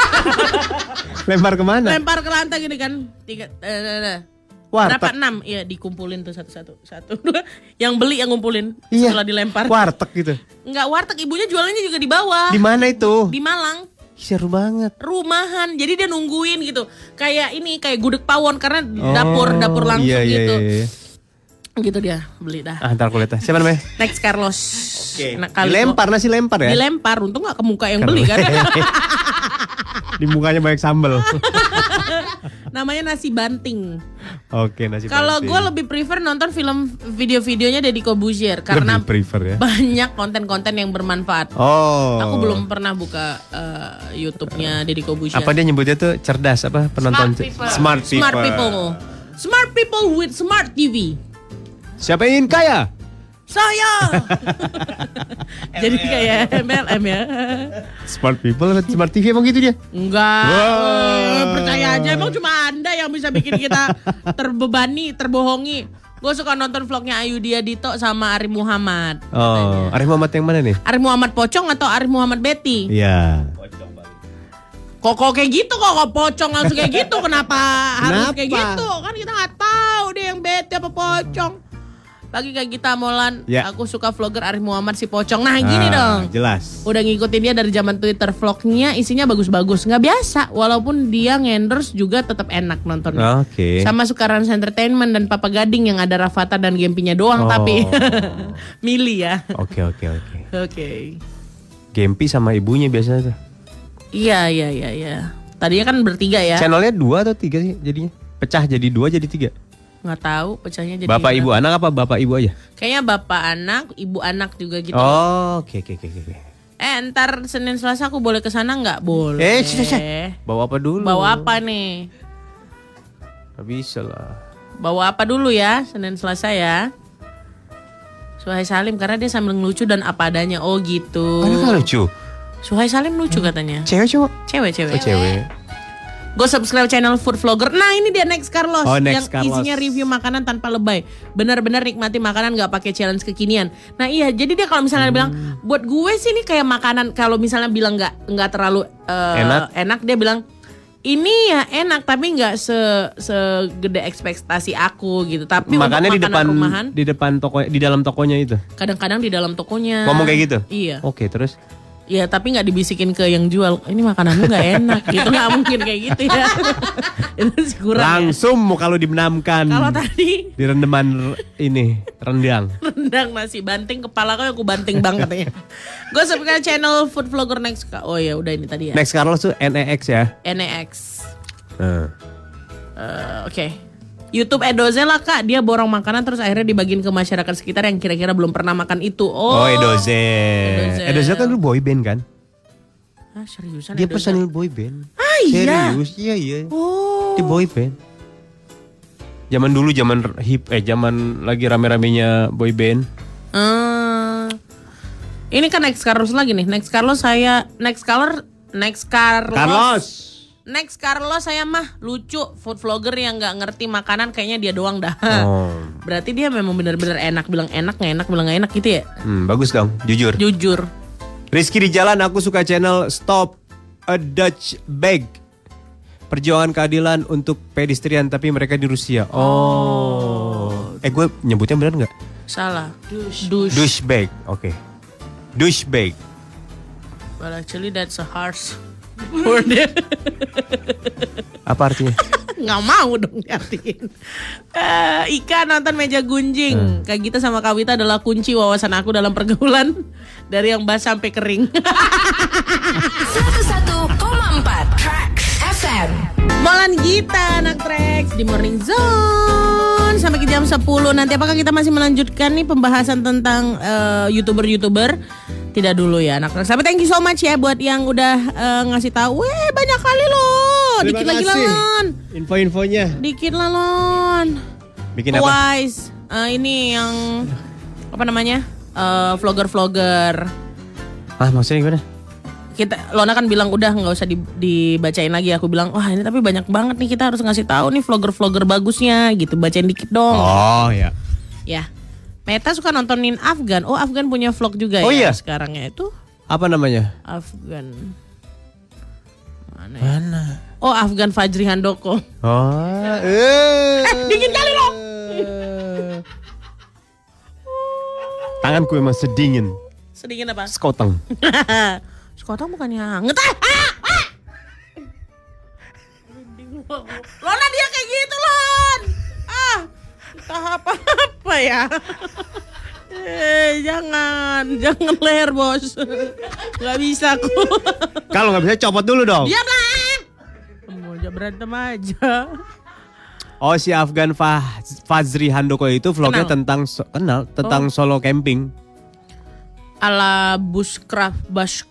Lempar kemana? Lempar ke lantai gini kan. 3 berapa 6? Iya, dikumpulin tuh satu, 2. Yang beli yang ngumpulin setelah dilempar. Warteg gitu. Enggak warteg, ibunya jualannya juga di bawah. Di mana itu? Di Malang. Seru banget. Rumahan. Jadi dia nungguin gitu. Kayak gudeg pawon karena dapur langsung gitu. Iya. Gitu dia beli dah. Ntar aku lihat. Siapa namanya? Next Carlos. Dilempar, nasi lempar ya? Dilempar, untung gak ke muka yang beli kan. Di mukanya banyak sambal. Namanya nasi banting. Oke, nasi banting. Kalau gue lebih prefer nonton video-videonya Deddy Corbuzier karena banyak konten-konten yang bermanfaat. Aku belum pernah buka YouTube-nya Deddy Corbuzier. Apa dia nyebutnya tuh cerdas apa penonton? Smart people. Smart people with smart TV. Siapa yang ingin kaya? Saya. Jadi kayak MLM ya. Smart people, smart TV emang gitu dia? Enggak. Percaya aja, emang cuma Anda yang bisa bikin kita terbebani, terbohongi. Gue suka nonton vlognya Ayudhya Dito sama Arif Muhammad. Arif Muhammad yang mana nih? Arif Muhammad Pocong atau Arif Muhammad Betty? Iya. Kok kayak gitu kok Pocong langsung kayak gitu, kenapa harus kayak gitu? Kan kita nggak tahu dia yang Betty apa Pocong. Lagi kayak kita Molan, aku suka vlogger Arif Muhammad si Pocong. Nah gini dong. Jelas. Udah ngikutin dia dari zaman Twitter, vlognya isinya bagus-bagus, nggak biasa. Walaupun dia ngendorse juga tetap enak nontonnya. Sama Sukarans Entertainment dan Papa Gading yang ada Rafatha dan Gempinya doang tapi milih ya. Oke. Gempi sama ibunya biasanya tuh. Iya. Tadinya kan bertiga ya. Channelnya 2 atau 3 sih jadinya? Pecah jadi 2 jadi 3. Nggak tahu pecahnya jadi bapak ibu anak apa bapak ibu aja? Kayaknya bapak anak, ibu anak juga gitu. Oke. Ntar Senin Selasa aku boleh kesana nggak? Boleh. Bawa apa dulu? Bawa apa nih? Nggak bisa lah. Bawa apa dulu ya Senin Selasa ya? Suhai Salim karena dia sambil ngelucu dan apa adanya. Oh gitu. Kan lucu. Suhai Salim lucu katanya. Cewek cowok? Cewek. Cewek. Gue subscribe channel food vlogger. Nah ini dia Next Carlos yang Carlos. Isinya review makanan tanpa lebay. Benar-benar nikmati makanan, nggak pakai challenge kekinian. Nah iya, jadi dia kalau misalnya bilang buat gue sih ini kayak makanan. Kalau misalnya bilang nggak terlalu enak, dia bilang ini ya enak tapi nggak segede ekspektasi aku gitu. Tapi makannya untuk makanan rumahan di depan toko, di dalam tokonya itu. Kadang-kadang di dalam tokonya. Ngomong kayak gitu. Iya. Oke, terus. Ya tapi nggak dibisikin ke yang jual. Ini makananmu nggak enak gitu, nggak mungkin kayak gitu ya. Itu sih kurang. Langsung mau kalau dimenamkan. Kalau tadi di rendeman ini rendang nasi banting, kepala kau yang aku banting banget ya. Gue subscribe channel food vlogger Next. Oh ya udah ini tadi ya. Next Carlos tuh NEX ya. NEX. Oke. YouTube Edoze lah kak, dia borong makanan terus akhirnya dibagiin ke masyarakat sekitar yang kira-kira belum pernah makan itu. Oh Edoze. Edoze kan dulu boy band kan? Seriusan? Dia personil boy band. Iya? Serius, iya. Di boy band. Zaman dulu, zaman lagi rame-ramenya boy band. Ini kan Next Carlos lagi nih. Next Carlos Next Carlos saya mah lucu, food vlogger yang nggak ngerti makanan kayaknya dia doang dah. Berarti dia memang benar-benar enak, bilang enak nggak enak, bilang nggak enak gitu ya. Bagus dong, jujur. Rizky di jalan, aku suka channel Stop a Dutch Bag. Perjuangan keadilan untuk pedestrian tapi mereka di Rusia. Gue nyebutnya benar nggak? Salah. Douchebag. Oke. Douchebag. Well actually that's a harsh Apa artinya? Nggak mau dong diartiin. Ika nonton Meja Gunjing. Kak Gita sama Kak Wita adalah kunci wawasan aku dalam pergaulan. Dari yang basah sampai kering. 101,4 Tracks FM. Molan Gita anak Trax di Morning Zone sampai ke jam 10. Nanti apakah kita masih melanjutkan nih pembahasan tentang YouTuber-YouTuber? Tidak dulu ya anak Trax. Tapi thank you so much ya buat yang udah ngasih tahu. Banyak kali loh. Dikit lagi lah Lon. Info-infonya. Dikit lah Lon. Bikin apa? Wise. Ini yang apa namanya? Vlogger-vlogger. Maksudnya gimana? Lona kan bilang udah nggak usah dibacain lagi. Aku bilang wah ini tapi banyak banget nih, kita harus ngasih tahu nih vlogger-vlogger bagusnya gitu, bacain dikit dong. Oh ya. Ya, Meta suka nontonin Afgan. Oh Afgan punya vlog juga iya? Sekarang ya itu. Apa namanya? Afgan. Mana? Oh Afgan Fajri Handoko. Oh. Dingin kali loh. Tanganku emang sedingin. Sedingin apa? Sekoteng. Sekoteng bukannya hangat. Lona dia kayak gitu Lon. Entah apa ya. Jangan leher bos. Gak bisa aku. Kalau nggak bisa copot dulu dong. Diam lah. Mau berantem aja. Oh si Afgan Fajri Handoko itu vlognya tentang solo camping. Ala bushcraft.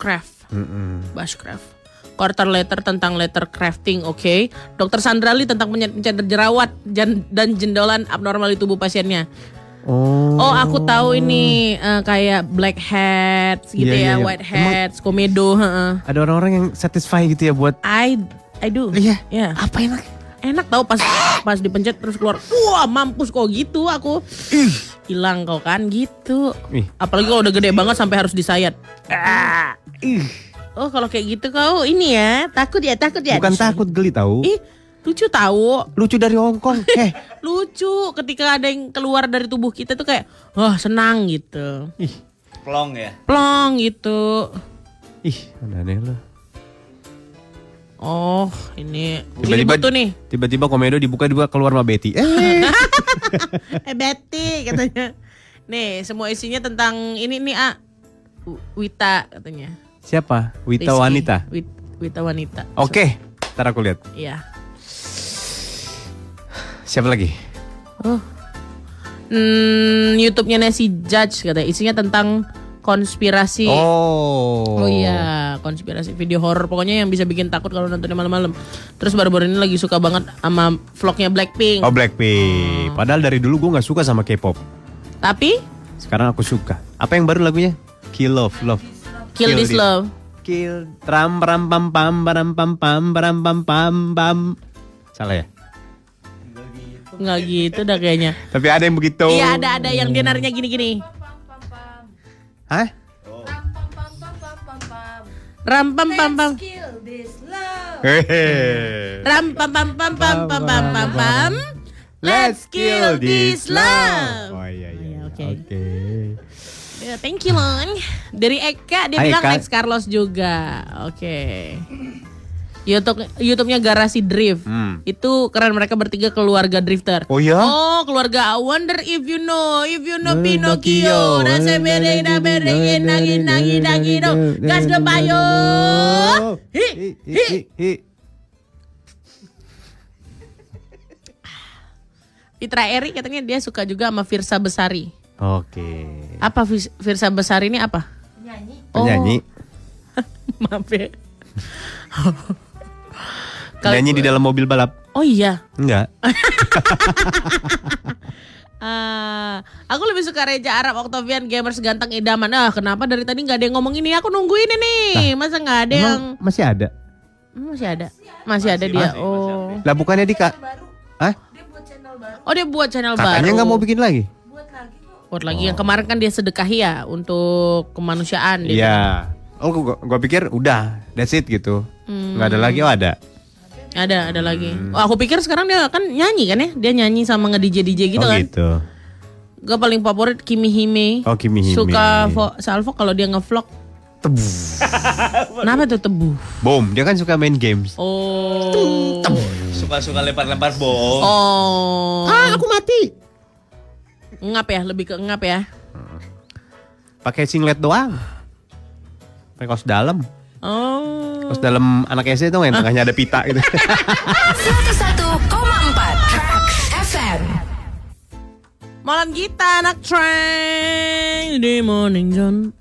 Quarter letter tentang letter crafting, oke. Dokter Sandrali tentang penyakit jerawat dan jendolan abnormal di tubuh pasiennya. Oh aku tahu ini kayak black hats gitu ya, white hats, komedo. Ada orang-orang yang satisfy gitu ya buat. I do. Iya. Apa enak? Enak tau pas dipencet terus keluar. Wah mampus kok gitu aku. Hilang kau kan gitu. Apalagi kalau udah gede banget sampai harus disayat. Oh kalau kayak gitu kau ini ya takut ya. Bukan takut, geli tahu. Lucu tahu. Lucu dari Hongkong. Lucu ketika ada yang keluar dari tubuh kita tuh kayak wah senang gitu. Plong ya. Plong gitu. Aneh loh. Oh ini tiba-tiba tuh nih. Tiba-tiba komedo dibuka keluar sama Betty. Betty katanya. Nih semua isinya tentang ini nih Wita katanya. Siapa? Wita Rizky. Wanita. Wita Wanita. Oke, ntar aku lihat. Iya. Siapa lagi? YouTube-nya Nancy Judge katanya isinya tentang konspirasi. Oh iya, konspirasi video horor pokoknya yang bisa bikin takut kalau nontonnya malam-malam. Terus baru-baru ini lagi suka banget sama vlognya Blackpink. Oh Blackpink. Padahal dari dulu gue nggak suka sama K-pop. Tapi sekarang aku suka. Apa yang baru lagunya? Kill This Love. Kill ram pam pam pam pam pam. Salah ya? Nggak gitu dah kayaknya. Tapi ada yang begitu. Iya ada yang dia narinya gini-gini. Hah? Ram pam pam pam. Ram pam pam pam pam pam pam pam. Let's kill this love. Oh iya. Oke. Ya, thank you Lon. Dari Eka dia bilang Lex Carlos juga. Oke. YouTube-nya Garasi Drift. Itu keren, mereka bertiga keluarga drifter. Oh ya? Oh, keluarga I wonder if you know Pinocchio. Rasa bere nagi do. Gas de payo. Fitra Eri katanya dia suka juga sama Firsa Besari. Oke. Apa Firsa Besari ini apa? Penyanyi. Maaf ya. Nyanyi di dalam mobil balap. Oh iya. Enggak. Aku lebih suka Reja Arab Octavian, gamers ganteng idaman. Kenapa dari tadi nggak ada yang ngomong ini? Aku nungguin ini. Masa nggak ada yang? Masih ada. Masih ada dia. Oh. Lah bukannya Dika? Hah? Oh dia buat channel baru. Katanya nggak mau bikin lagi. Buat lagi yang kemarin kan dia sedekahi ya untuk kemanusiaan. Iya. Oh gua pikir udah that's it gitu. Nggak ada lagi. Oh ada. Ada lagi. Oh aku pikir sekarang dia kan nyanyi kan ya? Dia nyanyi sama nge-DJ gitu kan. Gitu. Gue paling favorit Kimi Hime. Oh Kimi Hime. Suka Salvo kalau dia nge-vlog. Kenapa tuh tebu? Bom, dia kan suka main games. Oh. Suka lempar-lempar bom. Oh. Aku mati. Ngap ya, lebih ke ngap ya. Pakai singlet doang. Pakai kaos dalam. Oh. Kaos dalam anak SD tuh yang tengahnya ada pita gitu. 101,4 Tracks FM. Malam kita anak train di Morning Zone.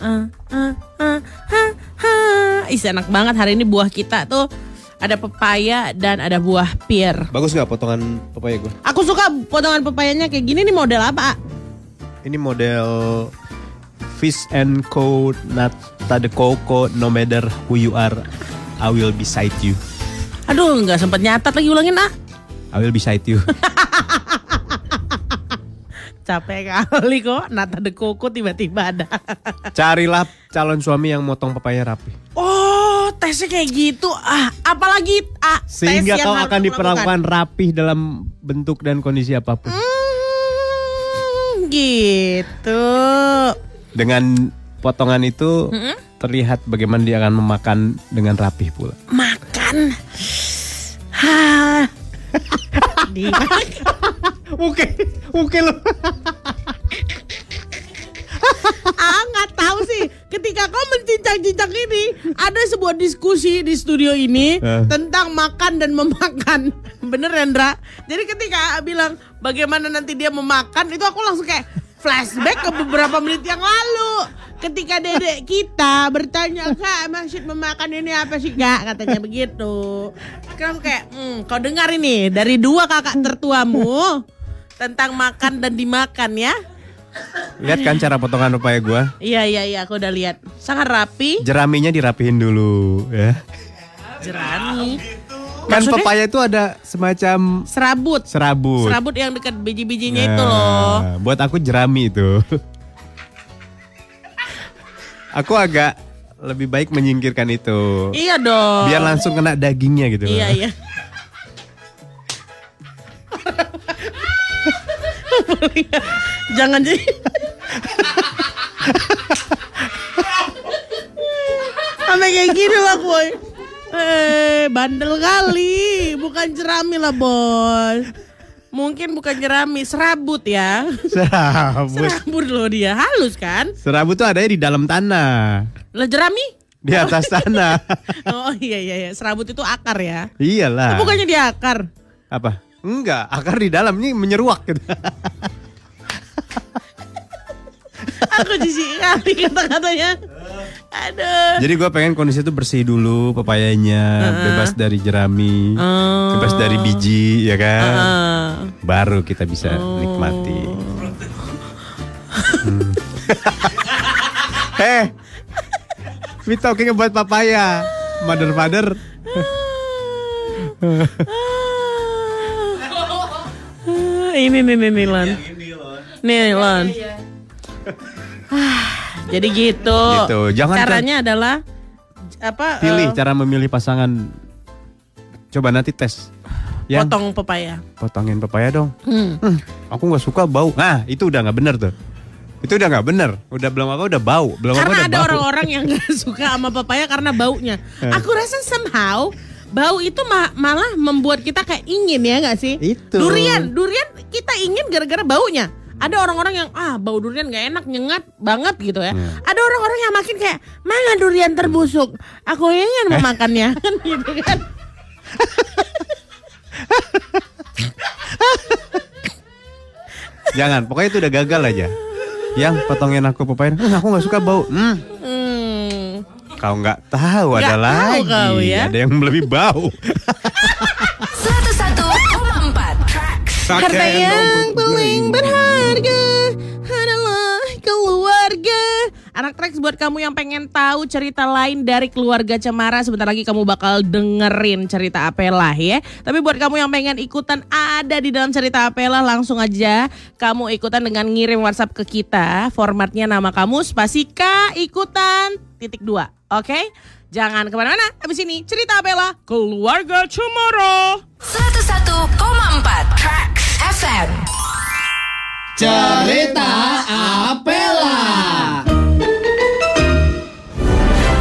Isi enak banget hari ini buah kita tuh ada pepaya dan ada buah pir. Bagus gak potongan pepaya gue? Aku suka potongan pepayanya kayak gini nih, model apa? Ini model Fish and Co. Nata de Coco. No matter who you are, I will beside you. Aduh, nggak sempat nyatat lagi, ulangin ah. I will beside you. Capek kali kok, Nata de Coco tiba-tiba ada. Carilah calon suami yang motong pepaya rapi. Oh, tesnya kayak gitu. Apalagi tes Sehingga yang kau harus akan dilakukan. diperlakukan rapih dalam bentuk dan kondisi apapun. Gitu. Dengan potongan itu terlihat bagaimana dia akan memakan dengan rapih pula. Makan. Dimakan. Oke lo. Nggak tahu sih. Ketika kau mencincang-cincang ini, ada sebuah diskusi di studio ini tentang makan dan memakan. Bener Rendra? Jadi ketika bilang bagaimana nanti dia memakan, itu aku langsung kayak flashback ke beberapa menit yang lalu. Ketika dedek kita bertanya, Kak, maksud memakan ini apa sih, Kak? Katanya begitu. Karena aku kayak, kau dengar ini dari dua kakak tertuamu tentang makan dan dimakan ya. Lihat kan cara potongan pepaya gue. Iya, aku udah lihat. Sangat rapi. Jeraminya dirapihin dulu ya. Jerami. Kan Maksudnya? pepaya itu ada semacam Serabut. serabut. Yang dekat biji-bijinya itu loh. Buat aku jerami itu. Aku agak lebih baik menyingkirkan itu. Iya dong. Biar langsung kena dagingnya gitu. Iya. Jangan jadi. Sampai kayak gini lah boy. Bandel kali. Bukan jerami lah boy. Mungkin bukan jerami, serabut ya. Serabut loh dia, halus kan? Serabut tuh adanya di dalam tanah. Lah jerami? Di atas tanah. Oh iya, serabut itu akar ya. Iyalah. Bukannya di akar. Apa? Enggak, akar di dalam ini menyeruak gitu. Aku jijik kali kata-katanya. Aduh. Jadi gue pengen kondisi itu bersih dulu pepayanya, bebas dari jerami, bebas dari biji, ya kan? Baru kita bisa nikmati. We talking about papaya, mother. Ini Lon. Nih Lon. Jadi gitu. Jangan caranya adalah apa? Pilih cara memilih pasangan. Coba nanti tes. Potong pepaya. Potongin pepaya dong. Aku nggak suka bau. Nah itu udah nggak bener tuh. Itu udah nggak bener. Udah belum apa udah bau. Karena ada orang-orang yang nggak suka sama pepaya karena baunya. Aku rasa somehow bau itu malah membuat kita kayak ingin ya nggak sih? Itu. Durian kita ingin gara-gara baunya. Ada orang-orang yang bau durian gak enak, nyengat banget gitu ya. Ada orang-orang yang makin kayak mana durian terbusuk, aku ingin memakannya kan gitu kan. Jangan, pokoknya itu udah gagal aja. Yang potongin aku pepaya, aku nggak suka bau. Kau nggak tahu Nggak ada tahu lagi, kau, ya? ada yang lebih bau. 101,4 Tracks. Harta yang paling berharga adalah keluarga. Anak Trax, buat kamu yang pengen tahu cerita lain dari keluarga Cemara, sebentar lagi kamu bakal dengerin cerita Apela ya. Tapi buat kamu yang pengen ikutan ada di dalam cerita Apela, langsung aja kamu ikutan dengan ngirim WhatsApp ke kita. Formatnya nama kamu spasi K ikutan .2. Oke? Jangan kemana-mana. Abis ini cerita Apela keluarga Cemara. 101,4 Tracks FM. Cerita Apela.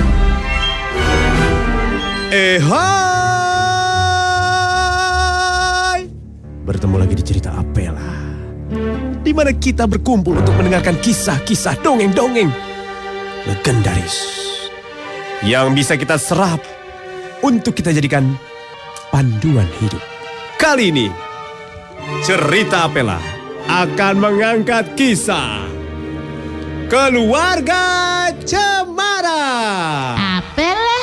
bertemu lagi di cerita Apela, di mana kita berkumpul untuk mendengarkan kisah-kisah dongeng-dongeng legendaris yang bisa kita serap untuk kita jadikan panduan hidup. Kali ini cerita Apela akan mengangkat kisah Keluarga Cemara. Apalah.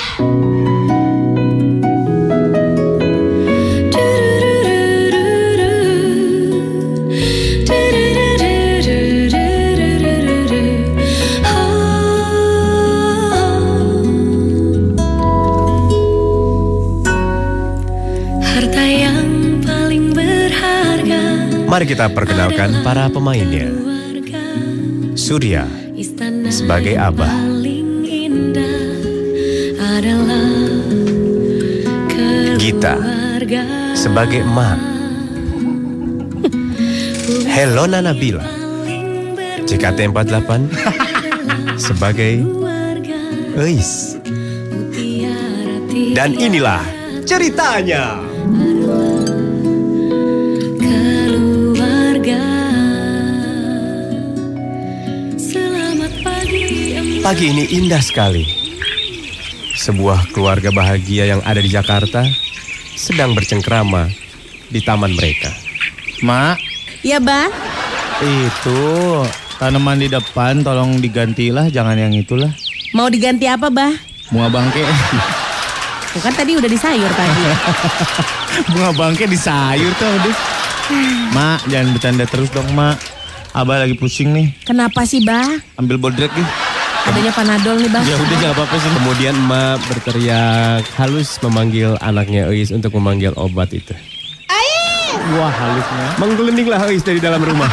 Harta yang paling berharga. Mari kita perkenalkan para pemainnya. Surya sebagai Abah, Gita sebagai Emak, Helona Nabila JKT48 sebagai Eis. Dan inilah ceritanya. Pagi ini indah sekali. Sebuah keluarga bahagia yang ada di Jakarta sedang bercengkrama di taman mereka. Mak, Ya, Bah. itu tanaman di depan tolong digantilah, jangan yang itulah. Mau diganti apa, Bah? Bunga bangke. Tuh kan tadi udah disayur tadi. Bunga bangke di sayur tuh, aduh. Mak, jangan bercanda terus dong, Mak. Abah lagi pusing nih. Kenapa sih, Bah? Ambil bodrek nih. Adanya Panadol nih, Bah. Ya udah, jangan apa-apa sih. Kemudian Emak berteriak halus memanggil anaknya Eis untuk memanggil obat itu. Wah, halusnya. Menggelindinglah Eis dari dalam rumah.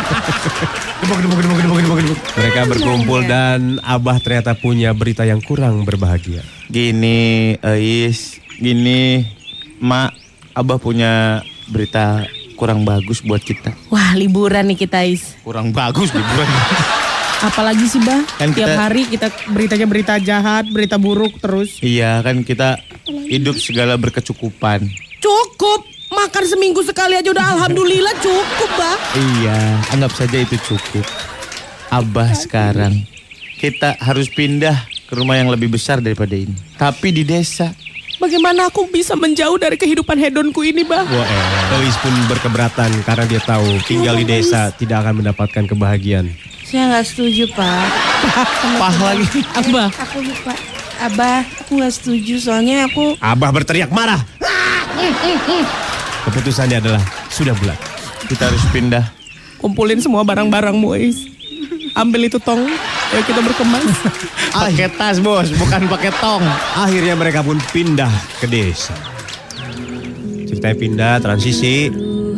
Mereka berkumpul dan Abah ternyata punya berita yang kurang berbahagia. Gini, Eis. Gini, Mak. Abah punya berita kurang bagus buat kita. Wah, liburan nih kita, Is. Kurang bagus liburan. Apalagi sih, Bah? Kan Tiap kita- hari kita beritanya berita jahat, berita buruk terus. Iya, kan kita hidup segala berkecukupan. Cukup. Makan seminggu sekali aja udah alhamdulillah cukup, Bah. Iya, anggap saja itu cukup. Abah sekarang, kita harus pindah ke rumah yang lebih besar daripada ini. Tapi di desa. Bagaimana aku bisa menjauh dari kehidupan hedonku ini, Bah? Eis pun berkeberatan karena dia tahu tinggal di desa tidak akan mendapatkan kebahagiaan. Saya nggak setuju, Pak. Pah lagi. Abah. Aku lupa. Abah, aku nggak setuju soalnya aku. Abah berteriak marah. Keputusannya adalah sudah bulat. Kita harus pindah. Kumpulin semua barang-barangmu, Is. Ambil itu tong. Ayo kita berkemas. Pakai tas, Bos, bukan pakai tong. Akhirnya mereka pun pindah ke desa. Ceritanya pindah, transisi.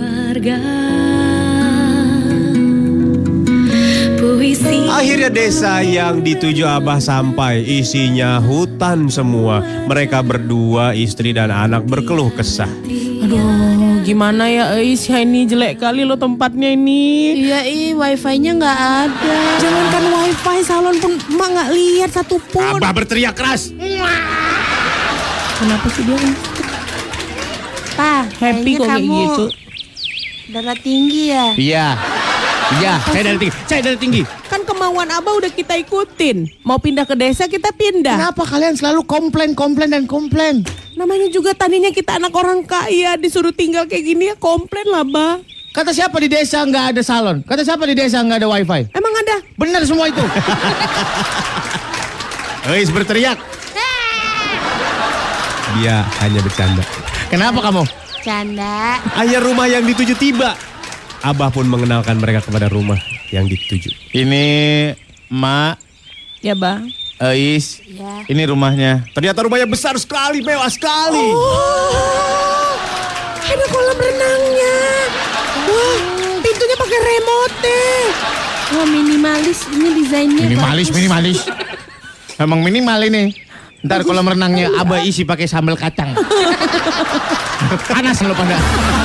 Akhirnya desa yang dituju Abah sampai, isinya hutan semua. Mereka berdua, istri dan anak berkeluh kesah. Aduh, gimana ya, Is? Ya ini jelek kali lo tempatnya ini. Iya, wifi-nya nggak ada. Jangankan wifi, salon pun emak nggak lihat satupun. Abah berteriak keras. Kenapa sih dia? Pak, Happy kayaknya kok kayak kamu gitu. darah tinggi ya. Iya. Iya, Saya dari tinggi. Kan kemauan Abah udah kita ikutin. Mau pindah ke desa kita pindah. Kenapa kalian selalu komplain? Namanya juga tadinya kita anak orang kaya, disuruh tinggal kayak gini ya komplain lah, Bah. Kata siapa di desa nggak ada salon? Kata siapa di desa nggak ada wifi? Emang ada? Benar semua itu. Eis berteriak. Dia hanya bercanda. Kenapa kamu? Canda. Akhirnya rumah yang dituju tiba. Abah pun mengenalkan mereka kepada rumah yang dituju. Ini Mak, Ya, Bah. Eis, Ya. ini rumahnya. Ternyata rumahnya besar sekali, mewah sekali. Oh, ada kolam renangnya. Wah, pintunya pakai remote. Wah, minimalis ini desainnya. Minimalis. Emang minimal ini. Ntar kolam renangnya Abah isi pakai sambal kacang. Panas lo pada.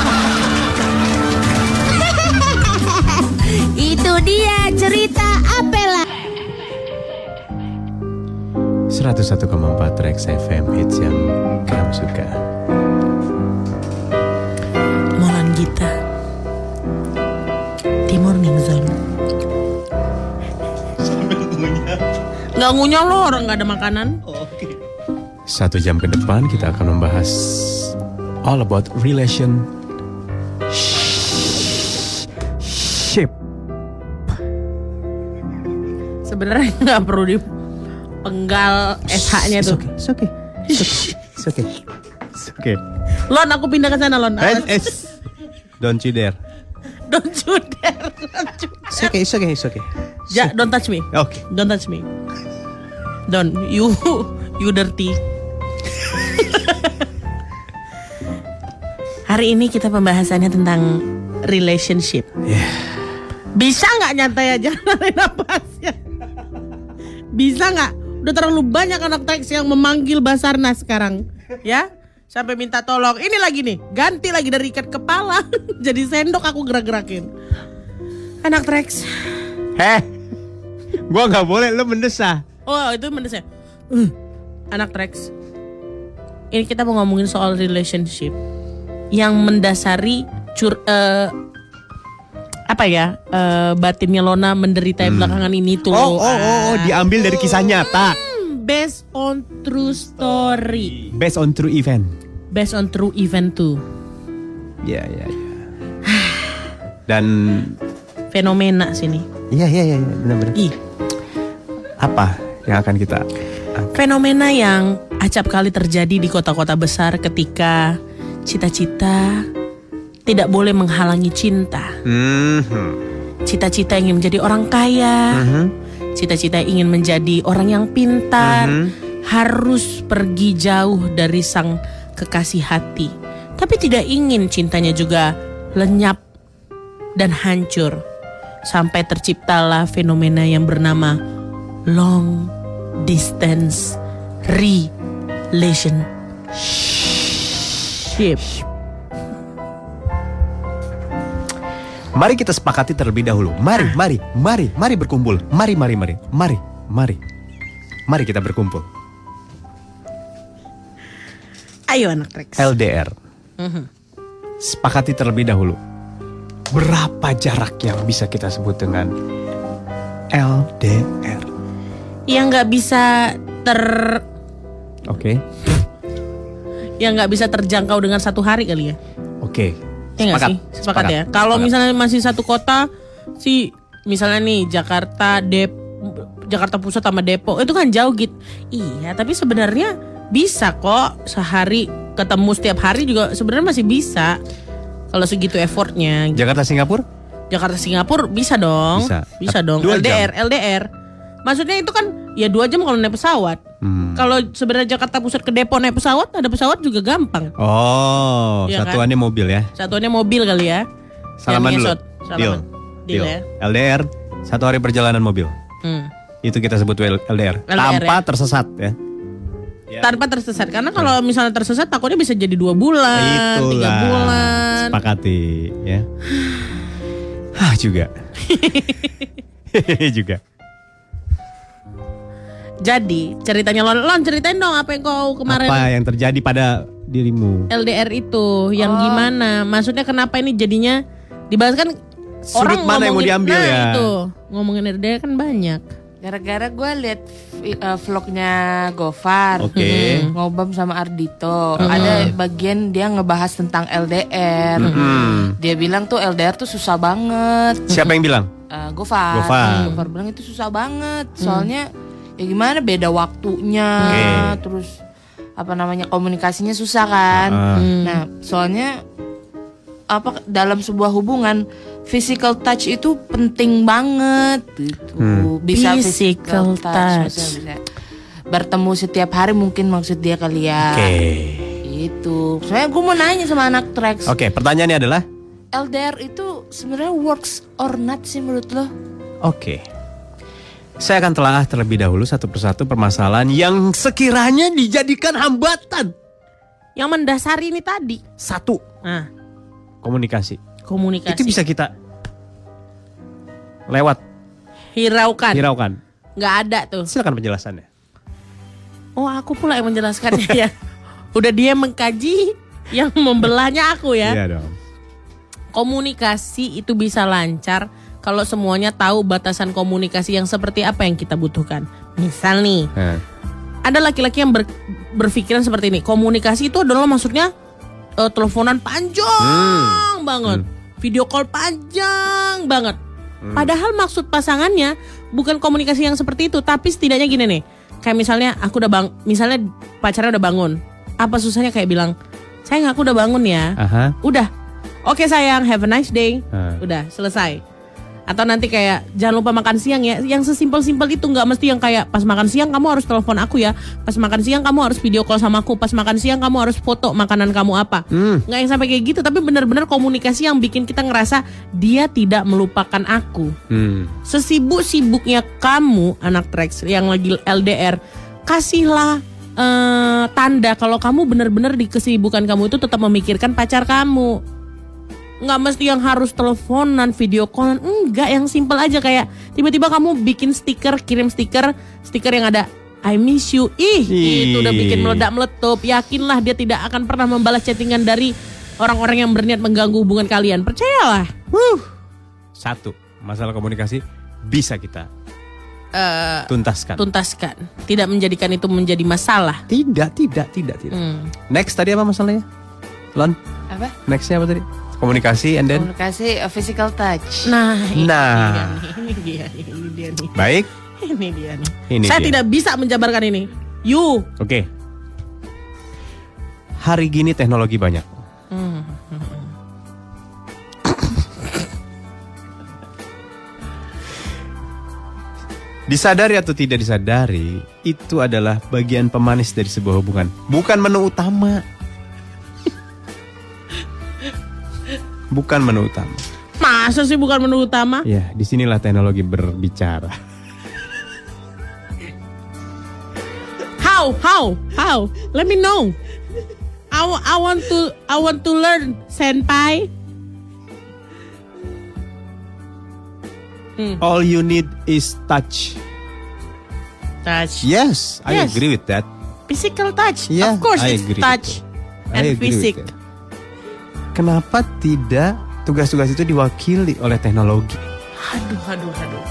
Itu dia cerita Apela. 101,4 Trax FM, hits yang kamu suka. Molan Gita. di Morning Zone. Nggak ngunyah lo, orang nggak ada makanan. 1 jam ke depan kita akan membahas all about relationship. Sebenarnya nggak perlu dipenggal SH-nya tuh. It's okay. Lon, aku pindah ke sana, Lon. Don't you dare. Don't you dare. It's okay. Ja, don't touch me. Okay. Don't touch me. Don't. You dirty. Hari ini kita pembahasannya tentang relationship. Bisa nggak nyantai aja narik napasnya? Bisa nggak? Udah terlalu banyak anak Trax yang memanggil Basarnas sekarang, ya? Sampai minta tolong. Ini lagi nih, ganti lagi dari ikat kepala jadi sendok aku gerak-gerakin. Anak Trax. Gua nggak boleh, lo mendesah. Oh, itu mendesah. Anak Trax. Ini kita mau ngomongin soal relationship yang mendasari batinnya Lona menderita belakangan ini tuh. Oh, diambil dari kisah nyata. Based on true story. Based on true event. Based on true event tuh. Ya. Dan fenomena sini. Iya, benar-benar. Apa yang akan kita fenomena yang acap kali terjadi di kota-kota besar ketika cita-cita tidak boleh menghalangi cinta. Cita-cita ingin menjadi orang kaya, cita-cita ingin menjadi orang yang pintar, harus pergi jauh dari sang kekasih hati. Tapi tidak ingin cintanya juga lenyap dan hancur. Sampai terciptalah fenomena yang bernama long distance relationship. Mari kita sepakati terlebih dahulu. Mari berkumpul. Mari kita berkumpul. Ayo anak Rex. LDR. Sepakati terlebih dahulu. Berapa jarak yang bisa kita sebut dengan LDR? Yang nggak bisa Oke. Yang nggak bisa terjangkau dengan 1 hari kali ya. Oke. Ya nggak sih? Sepakat ya. Kalau misalnya masih satu kota, sih misalnya nih Jakarta Pusat sama Depok itu kan jauh gitu. Iya, tapi sebenarnya bisa kok sehari ketemu setiap hari juga sebenarnya masih bisa. Kalau segitu effortnya. Jakarta Singapura bisa dong. Bisa dong. 2 jam. LDR. Maksudnya itu kan ya 2 jam kalau naik pesawat. Kalau sebenarnya Jakarta Pusat ke Depok naik pesawat, ada pesawat juga gampang. Oh, ya satuannya kan? Mobil ya. Satuannya mobil kali ya. Salaman dulu. Deal ya. LDR 1 hari perjalanan mobil. Itu kita sebut LDR. Tanpa tersesat ya. Tanpa tersesat. Karena kalau misalnya tersesat takutnya bisa jadi 2 bulan, 3 bulan. Sepakati ya. Juga. Juga. Jadi ceritanya Lon ceritain dong apa yang kau kemarin. Apa yang terjadi pada dirimu? LDR itu yang gimana? Maksudnya kenapa ini jadinya dibahas kan? Sudut mana yang mau diambil ya? Itu ngomongin LDR kan banyak. Gara-gara gue liat vlognya Gofar, Ngobam sama Ardito. Ada bagian dia ngebahas tentang LDR. Dia bilang tuh LDR tuh susah banget. Siapa yang bilang? Gofar bilang itu susah banget. Soalnya ya gimana beda waktunya, terus komunikasinya susah kan. Nah, soalnya dalam sebuah hubungan physical touch itu penting banget gitu. Bisa physical touch. Bisa. Bertemu setiap hari mungkin maksud dia kali ya. Itu. Soalnya gue mau nanya sama anak Trax. Pertanyaannya adalah LDR itu sebenarnya works or not sih menurut lo? Saya akan telah terlebih dahulu satu persatu permasalahan yang sekiranya dijadikan hambatan. Yang mendasari ini tadi. 1. Komunikasi. Komunikasi. Itu bisa kita lewat. Hiraukan. Nggak ada tuh. Silakan penjelasannya. Oh, aku pula yang menjelaskannya ya. Udah dia mengkaji, yang membelahnya aku ya. Iya dong. Komunikasi itu bisa lancar kalau semuanya tahu batasan komunikasi yang seperti apa yang kita butuhkan. Misal nih, ada laki-laki yang berpikiran seperti ini. Komunikasi itu adalah maksudnya teleponan panjang banget, video call panjang banget. Padahal maksud pasangannya bukan komunikasi yang seperti itu, tapi setidaknya gini nih. Kayak misalnya misalnya pacarnya udah bangun. Apa susahnya kayak bilang, "Sayang, aku udah bangun ya." Udah. "Oke sayang, have a nice day." Udah, selesai. Atau nanti kayak, "Jangan lupa makan siang ya." Yang sesimpel-simpel itu, nggak mesti yang kayak, "Pas makan siang kamu harus telepon aku ya. Pas makan siang kamu harus video call sama aku. Pas makan siang kamu harus foto makanan kamu apa." Nggak yang sampai kayak gitu, tapi benar-benar komunikasi yang bikin kita ngerasa dia tidak melupakan aku. Sesibuk-sibuknya kamu, anak Trax yang lagi LDR, kasihlah tanda kalau kamu benar-benar di kesibukan kamu itu tetap memikirkan pacar kamu. Nggak mesti yang harus teleponan, video callan. Enggak, yang simple aja kayak tiba-tiba kamu bikin stiker, kirim stiker yang ada "I miss you." Itu udah bikin meledak-meletup. Yakinlah dia tidak akan pernah membalas chattingan dari orang-orang yang berniat mengganggu hubungan kalian. Percayalah. Satu, masalah komunikasi bisa kita tuntaskan. Tidak menjadikan itu menjadi masalah. Tidak. Next tadi apa masalahnya? Lon? Apa? Nextnya apa tadi? Komunikasi and then? Komunikasi, physical touch. Ini dia nih. Baik. Ini dia nih. Saya tidak bisa menjabarkan ini. Oke. Hari gini teknologi banyak. Disadari atau tidak disadari, itu adalah bagian pemanis dari sebuah hubungan, bukan menu utama. Bukan menu utama. Masa sih bukan menu utama? Ya, disinilah teknologi berbicara. How? Let me know. I want to learn, senpai. All you need is touch. Touch. Yes, I agree with that. Physical touch. Yeah, of course, I it's agree touch and physic. Kenapa tidak tugas-tugas itu diwakili oleh teknologi? Aduh.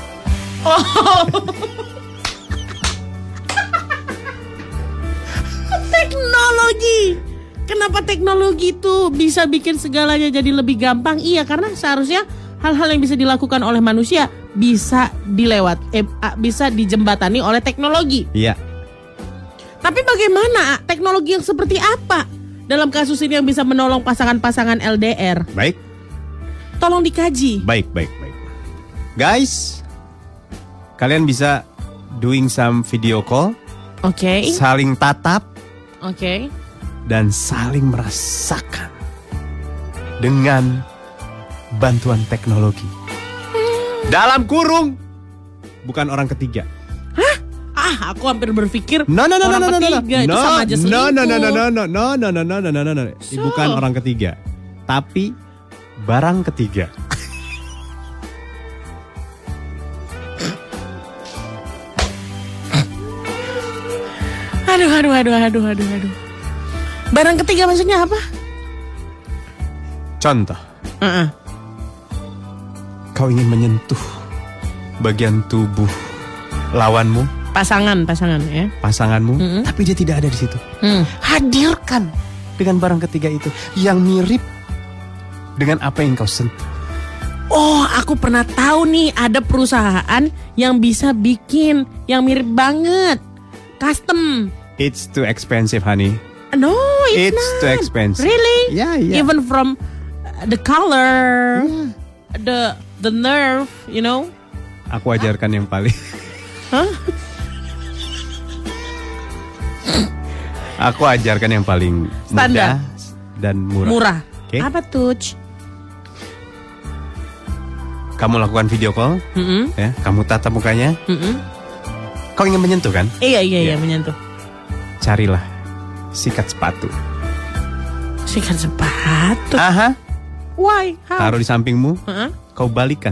Teknologi. Kenapa teknologi itu bisa bikin segalanya jadi lebih gampang? Iya, karena seharusnya hal-hal yang bisa dilakukan oleh manusia bisa bisa dijembatani oleh teknologi. Iya. Tapi bagaimana teknologi yang seperti apa dalam kasus ini yang bisa menolong pasangan-pasangan LDR? Baik. Tolong dikaji. Baik. Guys, kalian bisa doing some video call. Oke. Saling tatap. Oke. Dan saling merasakan dengan bantuan teknologi. Dalam kurung, bukan orang ketiga. Aku hampir berpikir No. orang ketiga itu sama aja selingkuh. No. Bukan orang ketiga, tapi barang ketiga. Aduh. Barang ketiga maksudnya apa? Contoh. Kau ingin menyentuh bagian tubuh lawanmu, pasanganmu, tapi dia tidak ada di situ. Hadirkan dengan barang ketiga itu yang mirip dengan apa yang kau sentuh. Oh, aku pernah tahu nih ada perusahaan yang bisa bikin yang mirip banget, custom. It's too expensive, honey. No, it's not. Too expensive. Really? Yeah. Even from the color, the nerve, you know. Aku ajarkan yang paling. Aku ajarkan yang paling standar mudah dan murah. Okay? Apa tuh? Kamu lakukan video call, ya. Kamu tatap mukanya. Kau ingin menyentuh kan? Iya, menyentuh. Carilah sikat sepatu. Sikat sepatu? Aha. Why? How? Taruh di sampingmu. Kau balikan.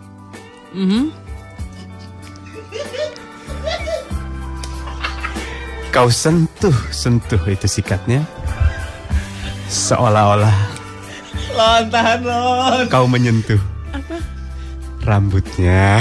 Kau sentuh itu sikatnya. Seolah-olah Lon, tahan Lon. kau menyentuh. Apa? Rambutnya.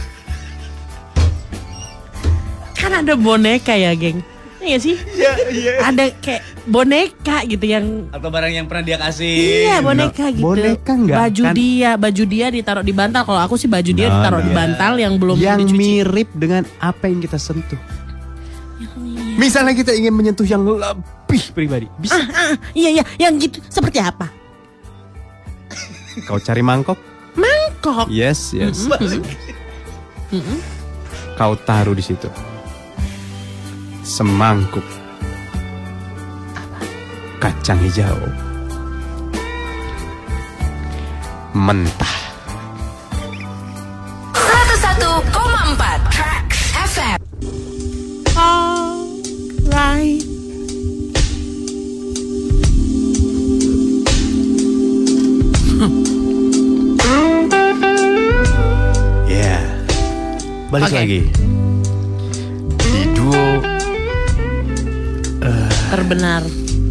Kan ada boneka ya, geng. Iya sih? Iya. Ada kayak boneka gitu yang Atau barang yang pernah dia kasih. iya boneka gitu. boneka enggak, Baju dia ditaruh di bantal. Kalau aku sih baju dia ditaruh di bantal yang belum yang dicuci. mirip dengan apa yang kita sentuh. Misalnya kita ingin menyentuh yang lebih pribadi, bisa. Iya yang gitu. Seperti apa? Kau cari mangkok? Mangkok. Yes. Kau taruh di situ. Semangkuk kacang hijau mentah. 101,4 Tracks FM. Alright. Ya, balik Oke. lagi di duo Terbenar.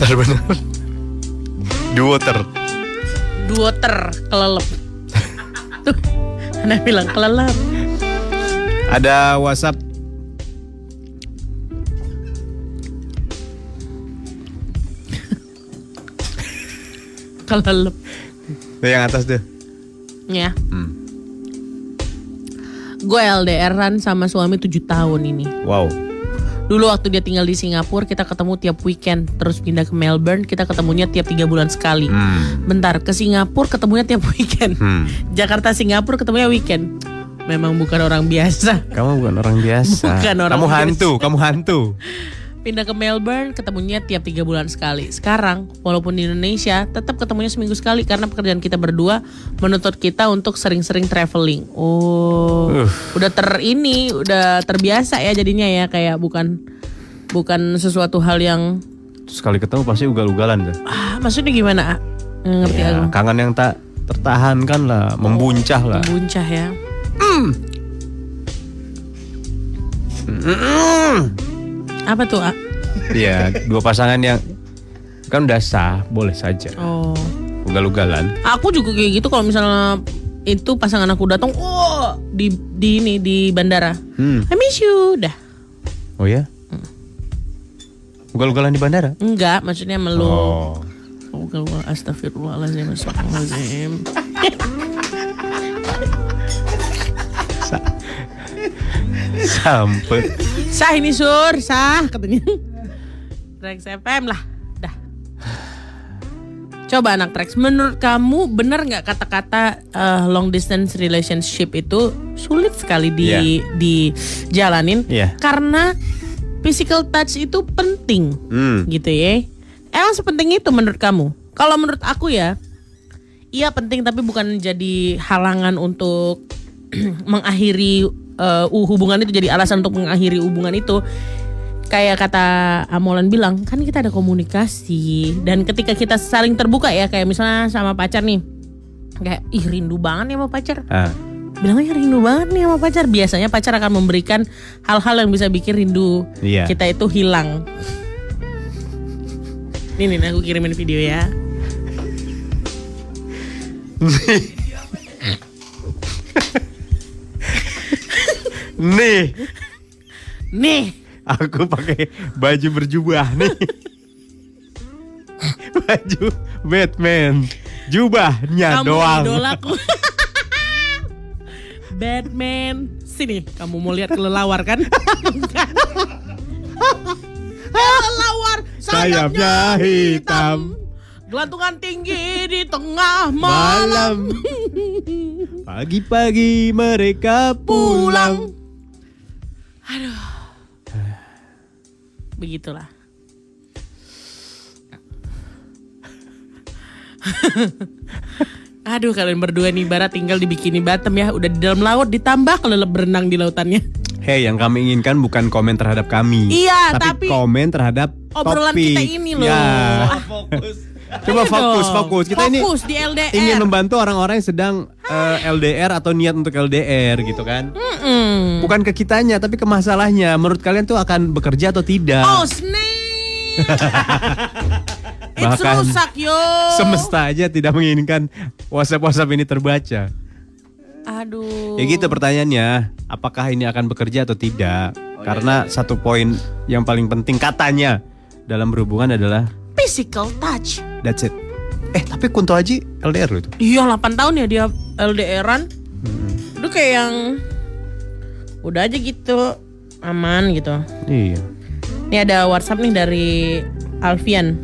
duo kelelep. Tuh, Anda bilang kelelep. ada WhatsApp. Kelelep. Yang atas deh. Ya. Gue LDR-an sama suami 7 tahun ini. Wow. Dulu waktu dia tinggal di Singapura, kita ketemu tiap weekend. Terus pindah ke Melbourne, kita ketemunya tiap 3 bulan sekali. Bentar, ke Singapura ketemunya tiap weekend. Jakarta Singapura ketemunya weekend. Memang bukan orang biasa. Kamu bukan orang biasa. Bukan orang Kamu hantu. Pindah ke Melbourne, ketemunya tiap 3 bulan sekali. Sekarang, walaupun di Indonesia, tetap ketemunya seminggu sekali. Karena pekerjaan kita berdua menuntut kita untuk sering-sering traveling. Udah terbiasa ya jadinya ya. Kayak bukan sesuatu hal yang... Sekali ketemu pasti ugal-ugalan tuh. Maksudnya gimana? Ngerti aku. Kangen yang tak tertahankan lah, membuncah lah. Membuncah ya. Apa tuh? Iya, dua pasangan yang kan udah sah, boleh saja. Ugal-ugalan. Aku juga kayak gitu kalau misalnya itu pasangan aku datang, di bandara. I miss you, dah. Oh ya? Ugal-ugalan di bandara? Enggak, maksudnya meluk. Ugal-ugal, astagfirullahaladzim. Sampai. Sah ini Sur, sah katanya. Trax FM lah, dah. Coba anak Trax, menurut kamu benar nggak kata-kata long distance relationship itu sulit sekali dijalanin? Karena physical touch itu penting, gitu ya. Emang sepenting itu menurut kamu? Kalau menurut aku ya, iya penting tapi bukan jadi halangan untuk mengakhiri hubungan itu, jadi alasan untuk mengakhiri hubungan itu. Kayak kata Amolan bilang, kan kita ada komunikasi. Dan ketika kita saling terbuka ya, kayak misalnya sama pacar nih, kayak rindu banget nih sama pacar, bilangnya rindu banget nih sama pacar. Biasanya pacar akan memberikan hal-hal yang bisa bikin rindu kita itu hilang. Ini aku kirimin video ya. Nih, aku pakai baju berjubah nih. Baju Batman, jubahnya kamu doang. Idolaku. Batman, sini. Kamu mau lihat kelelawar kan? Kelelawar, sayapnya hitam, gelantungan tinggi di tengah malam. Pagi-pagi mereka pulang. Aduh. Begitulah. Aduh, kalian berdua nih ibarat tinggal di Bikini Bottom ya. Udah di dalam laut ditambah kelelep berenang di lautannya. Hei, yang kami inginkan bukan komen terhadap kami. Iya, tapi komen terhadap obrolan topik kita ini loh. Ya. Fokus. Coba fokus. Kita ini fokus di LDR. ingin membantu orang-orang yang sedang LDR atau niat untuk LDR gitu kan. Bukan ke kitanya tapi ke masalahnya. Menurut kalian tuh akan bekerja atau tidak? Oh, snake. It's Bahkan rusak yo. semesta aja tidak menginginkan WhatsApp ini terbaca. Aduh. Ya gitu pertanyaannya, apakah ini akan bekerja atau tidak? Karena satu poin yang paling penting katanya dalam berhubungan adalah Physical touch. that's it. Tapi Kunto Aji LDR loh itu. Iya 8 tahun ya dia LDR-an. Itu kayak yang udah aja gitu, aman gitu. Iya. Ini ada WhatsApp nih dari Alvan.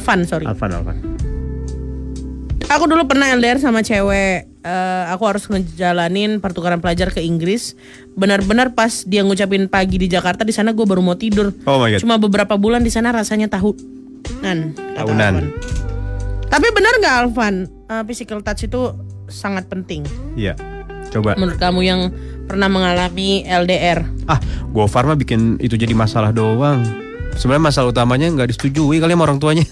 Aku dulu pernah LDR sama cewek. Aku harus ngejalanin pertukaran pelajar ke Inggris. Benar-benar pas dia ngucapin pagi di Jakarta, di sana gue baru mau tidur. Oh my God. Cuma beberapa bulan di sana rasanya tahunan. Tapi benar nggak Alvan? Physical touch itu sangat penting. Iya. Coba. Menurut kamu yang pernah mengalami LDR? Gofar mah bikin itu jadi masalah doang. Sebenarnya masalah utamanya nggak disetujui kali sama orang tuanya.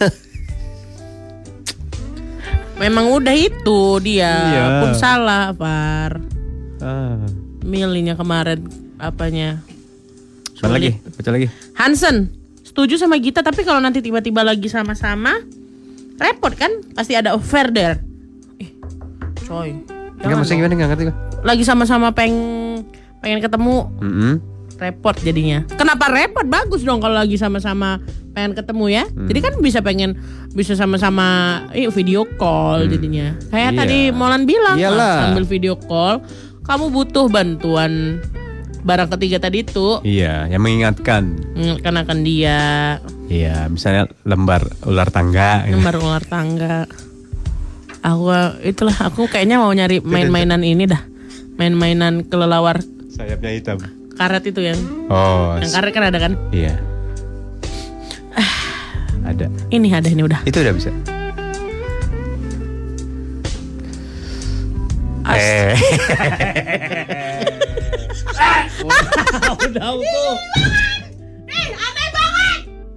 Memang udah itu dia pun salah, Far. Milihnya kemarin apanya? Baca lagi. Hansen, setuju sama Gita, tapi kalau nanti tiba-tiba lagi sama-sama, repot kan? Pasti ada affair there. Coy. Enggak, maksudnya gimana, nggak ngerti gue. Lagi sama-sama pengen ketemu. Repot jadinya. Kenapa repot? Bagus dong kalau lagi sama-sama pengen ketemu ya. Jadi kan bisa sama-sama video call jadinya. Kayak tadi Molan bilang, sambil video call kamu butuh bantuan barang ketiga tadi itu. Iya, yang mengingatkan akan dia. Iya, misalnya lembar ular tangga. Lembar ular tangga. Aku kayaknya mau nyari main-mainan ini dah. Main-mainan kelelawar. Sayapnya hitam. Karet itu yang. Yang karet kan ada kan? Iya. Ada. Ini udah. Itu udah bisa. Udah tuh. Aneh banget.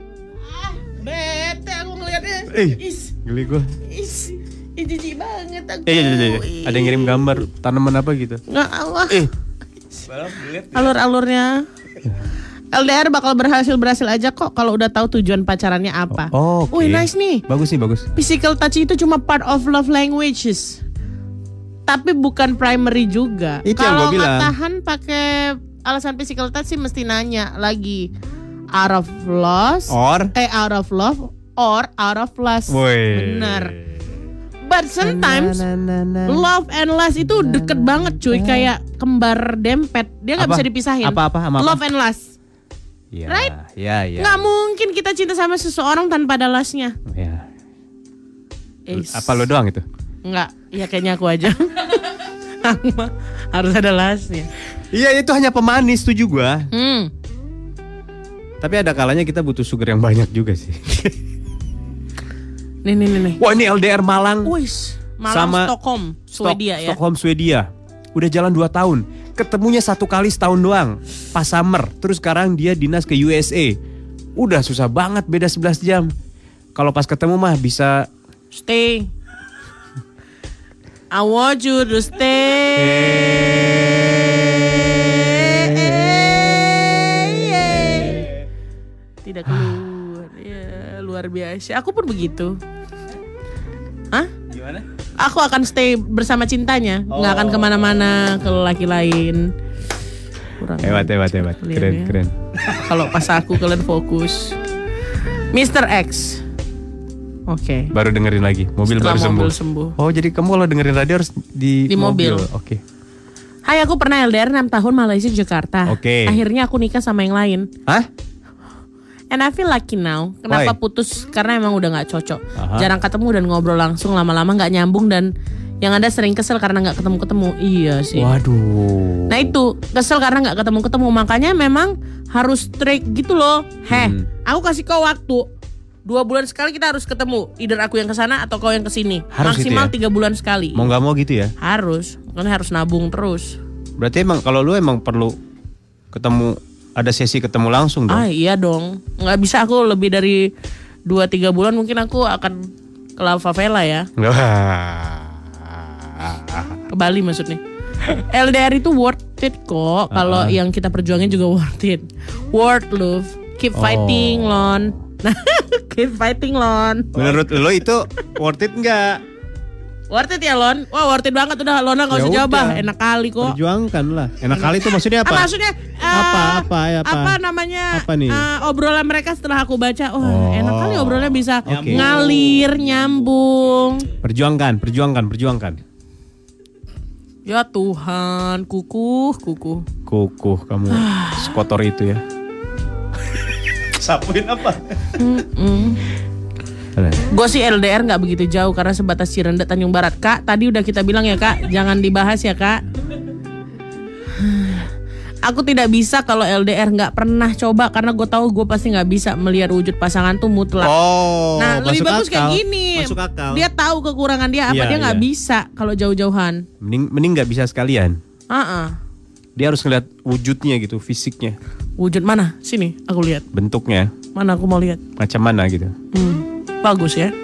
Bete aku ngeliatnya. Geli gue. Jijik banget aku. Ada yang ngirim gambar tanaman apa gitu? Nggak Allah. Alur-alurnya. LDR bakal berhasil aja kok kalau udah tahu tujuan pacarannya apa. Wih, nice nih. Bagus. Physical touch itu cuma part of love languages. Tapi bukan primary juga. Kalau nggak tahan pakai alasan physical touch sih mesti nanya lagi. Out of love or out of lust. Benar. But sometimes love and lust itu deket banget cuy. Kayak kembar dempet. Dia gak bisa dipisahin. Apa? Love and lust. Ya, right? Ya. Gak mungkin kita cinta sama seseorang tanpa ada lustnya. Ya. Apa lo doang itu? Enggak. Ya kayaknya aku aja. Harus ada lustnya. Iya, itu hanya pemanis, setuju gua. Tapi ada kalanya kita butuh sugar yang banyak juga sih. Nih. Wah, ini LDR Malang. Malang sama Swedia ya. Stockholm, Swedia. Udah jalan 2 tahun. Ketemunya 1 kali setahun doang. Pas summer. Terus sekarang dia dinas ke USA. Udah susah banget, beda 11 jam. Kalau pas ketemu mah bisa stay. I want you to stay. Tidak keluar. Ya, luar biasa. Aku pun begitu. Hah? Gimana? Aku akan stay bersama cintanya, nggak akan kemana-mana ke laki lain. Hebat. Keren. Kalau pas aku kalian fokus. Mr. X. Oke. Baru dengerin lagi. Mobil baru sembuh. Oh, jadi kamu kalau dengerin radio harus di mobil. Oke. Hai, aku pernah LDR 6 tahun Malaysia Jakarta. Oke. Akhirnya aku nikah sama yang lain. Hah? And I feel lucky now. Kenapa putus? Karena emang udah gak cocok. Jarang ketemu dan ngobrol langsung. Lama-lama gak nyambung. Dan yang ada sering kesel karena gak ketemu-ketemu. Iya sih. Waduh. Nah itu, kesel karena gak ketemu-ketemu. Makanya memang harus straight gitu loh. Aku kasih kau waktu 2 bulan sekali kita harus ketemu. Either aku yang kesana atau kau yang kesini. Maksimal gitu ya? 3 bulan sekali. Mau gak mau gitu ya? Harus. Makanya harus nabung terus. Berarti emang kalau lu emang perlu ketemu, ada sesi ketemu langsung dong? Iya dong. Gak bisa aku lebih dari 2-3 bulan mungkin aku akan ke La Favela ya. Ke Bali maksudnya. LDR itu worth it kok. Kalau yang kita perjuangin juga worth it. Worth love. Keep fighting Lon. Keep fighting Lon. Menurut lo itu worth it gak? Worth it ya Lon? Wah worth it banget udah Lona gak usah Ya jawab bah. udah. Enak kali kok. Perjuangkan lah. Enak kali itu maksudnya apa? Maksudnya apa namanya Apa nih? obrolan mereka setelah aku baca. Oh, Oh. enak kali obrolannya bisa Oke. ngalir, nyambung. Perjuangkan. Ya Tuhan, kukuh. Kukuh kamu sekotor itu ya. Sapuin apa? Gue sih LDR nggak begitu jauh karena sebatas Cirende Tanjung Barat. Kak, tadi udah kita bilang ya Kak, jangan dibahas ya Kak. Aku tidak bisa kalau LDR, nggak pernah coba karena gue tahu gue pasti nggak bisa melihat wujud pasangan tuh mutlak. Oh, Nah lebih masuk bagus akal. kayak gini. Masuk akal. Dia tahu kekurangan dia apa, Iya, dia nggak iya. bisa kalau jauh-jauhan. Mending nggak bisa sekalian. Dia harus ngeliat wujudnya gitu, fisiknya, Wujud mana? Sini aku lihat. bentuknya, Mana aku mau lihat. macam mana gitu. Bagus ya.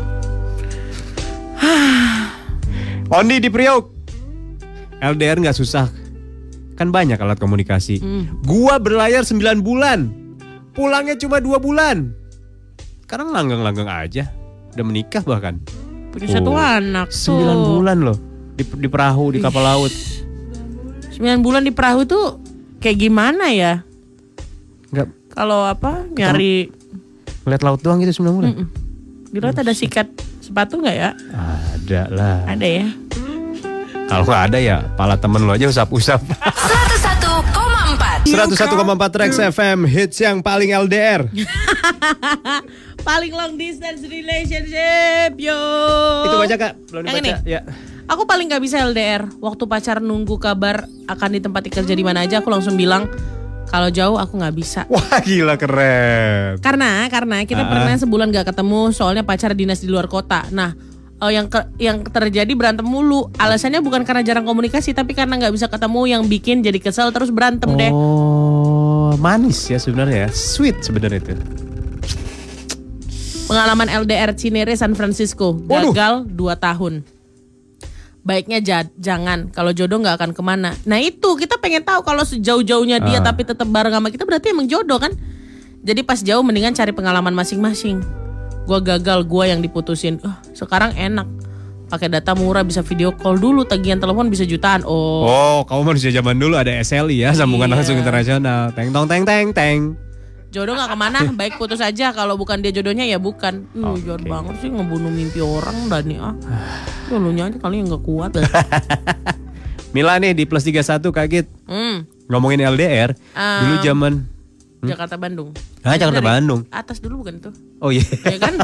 Ondi di Priok. LDR nggak susah. Kan banyak alat komunikasi. Gua berlayar 9 bulan. Pulangnya cuma 2 bulan. Sekarang langgeng-langgeng aja. Udah menikah bahkan. Punya satu anak 9 tuh. bulan loh. Di perahu, di kapal laut. 9 bulan di perahu tuh kayak gimana ya? Nggak Kalau nyari ngeliat laut doang gitu 9 bulan. di laut ada sikat sepatu nggak ya? Ada lah. Ada ya. Kalau nggak ada ya pala temen lo aja usap-usap. 101,4 101,4 Trax FM, hits yang paling LDR. Paling long distance relationship yo. Itu baca Kak, belum Yang dibaca. ini? Ya. Aku paling nggak bisa LDR. Waktu pacar nunggu kabar akan ditempati kerja di mana aja, aku langsung bilang kalau jauh aku nggak bisa. Wah gila keren. Karena kita pernah sebulan gak ketemu soalnya pacar dinas di luar kota. Nah, yang terjadi berantem mulu. Alasannya bukan karena jarang komunikasi, tapi karena nggak bisa ketemu yang bikin jadi kesel terus berantem deh. Oh, manis ya sebenarnya. Sweet sebenarnya itu. Pengalaman LDR Cinere San Francisco gagal 2 tahun. Baiknya jangan, kalau jodoh nggak akan kemana. Nah itu kita pengen tahu kalau sejauh-jauhnya dia tapi tetap bareng sama kita berarti emang jodoh kan. Jadi pas jauh mendingan cari pengalaman masing-masing. Gua gagal, gua yang diputusin. Sekarang enak, pakai data murah bisa video call dulu, tagihan telepon bisa jutaan. Oh, kamu manusia zaman dulu ada SLI ya, sambungan langsung internasional. Teng tong teng teng teng. Jodoh nggak kemana, baik putus aja. Kalau bukan dia jodohnya ya bukan. Jahat banget sih ngebunuh mimpi orang Dani Dulunya aja kali yang nggak kuat. Mila nih di plus 31 kaget. Ngomongin LDR, dulu zaman Jakarta Bandung. Jakarta Dari Bandung. Atas dulu bukan tuh? Oh iya. Ya kan?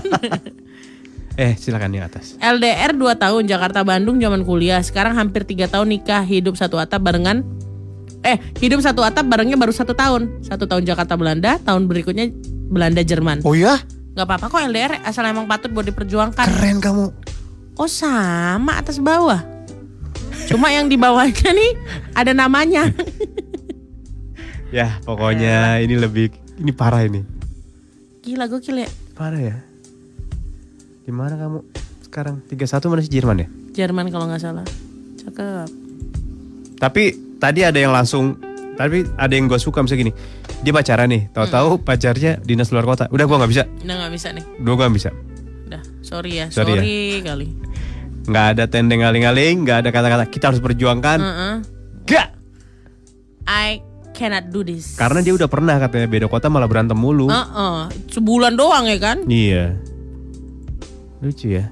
Silakan yang atas. LDR 2 tahun Jakarta Bandung zaman kuliah. Sekarang hampir 3 tahun nikah, hidup satu atap barengan. Hidup satu atap barengnya baru 1 tahun. 1 tahun Jakarta Belanda, tahun berikutnya Belanda Jerman. Oh ya? Gak apa-apa kok LDR, asal emang patut buat diperjuangkan. Keren kamu. Oh sama atas bawah. Cuma yang di bawahnya nih ada namanya. Ya pokoknya ini parah ini. Gila gokil ya. Parah ya. Di mana kamu sekarang? 31 mana sih Jerman ya? Jerman kalau nggak salah. Cakep. Tapi tadi ada yang gue suka misalnya gini. Dia pacaran nih, tahu-tahu pacarnya dinas luar kota. Udah gue nggak bisa. Udah nggak bisa nih. Gue nggak bisa. Udah, sorry ya. Sorry Kali. Nggak ada tendeng aling-aling, nggak ada kata-kata kita harus perjuangkan. Gak. I cannot do this. Karena dia udah pernah katanya beda kota malah berantem mulu. Sebulan doang ya kan? Iya. Lucu ya.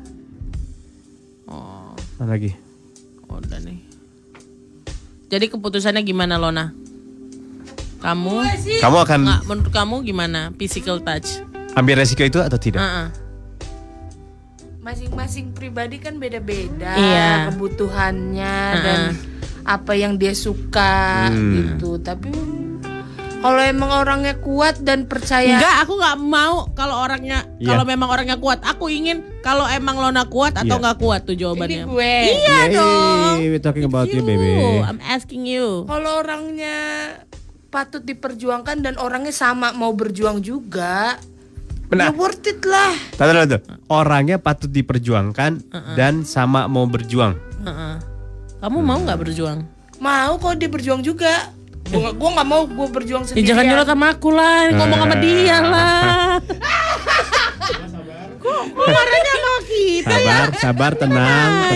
Mana lagi? Udah nih. Jadi keputusannya gimana Lona? Kamu akan menurut kamu gimana physical touch? ambil resiko itu atau tidak? Masing-masing pribadi kan beda-beda kebutuhannya dan apa yang dia suka gitu. Tapi kalau emang orangnya kuat dan percaya. Enggak, aku nggak mau kalau orangnya kalau memang orangnya kuat. Aku ingin kalau emang Lona kuat atau nggak kuat tuh jawabannya. Ini gue. Iya dong. We're talking about you, baby. I'm asking you. Kalau orangnya patut diperjuangkan dan orangnya sama mau berjuang juga. Benar. Ya worth it lah. Tuh. Orangnya patut diperjuangkan dan sama mau berjuang. Kamu mau nggak berjuang? Mau kok dia berjuang juga. Gue nggak mau gue berjuang Ya sendirian. jangan nyuruh sama aku lah, ngomong sama dia lah. Kok marahnya sama kita ya. Sabar, tenang.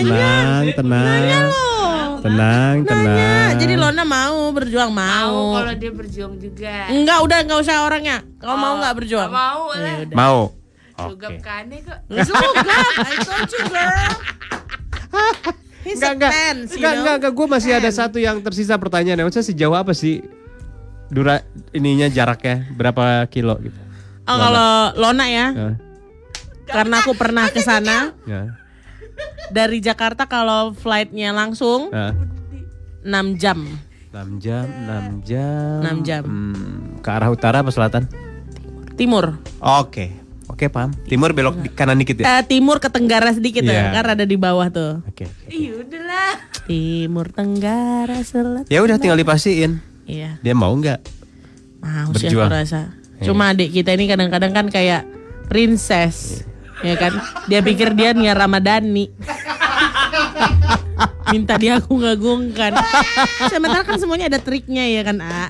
Nanya. Jadi Lona mau berjuang Mau kalau dia berjuang juga. Enggak usah orangnya. Kau mau nggak berjuang? Mau lah. Mau. Sugap kane kok. Sugap, I told you girl. He's a fans, you know? Enggak. Gue masih ada satu yang tersisa pertanyaan. Maksudnya sejauh apa sih jaraknya berapa kilo gitu? Oh, kalau Lona ya. Karena aku pernah ke sana. Ya. Dari Jakarta kalau flightnya langsung 6 jam. 6 jam. Ke arah utara apa selatan? Timur. Oke, paham. Timur belok di kanan dikit ya? Timur ke tenggara sedikit Iya. ya, karena ada di bawah tuh. Oke. Iya udahlah. Timur, tenggara, selatan. Ya udah tinggal dipastiin. Iya. Dia mau nggak? Mau sih Berjuang. aku rasa. Cuma adik kita ini kadang-kadang kan kayak princess. Ya kan? Dia pikir dia Nia Ramadhani. Minta dia ngagungkan. Sementara kan semuanya ada triknya ya kan, A.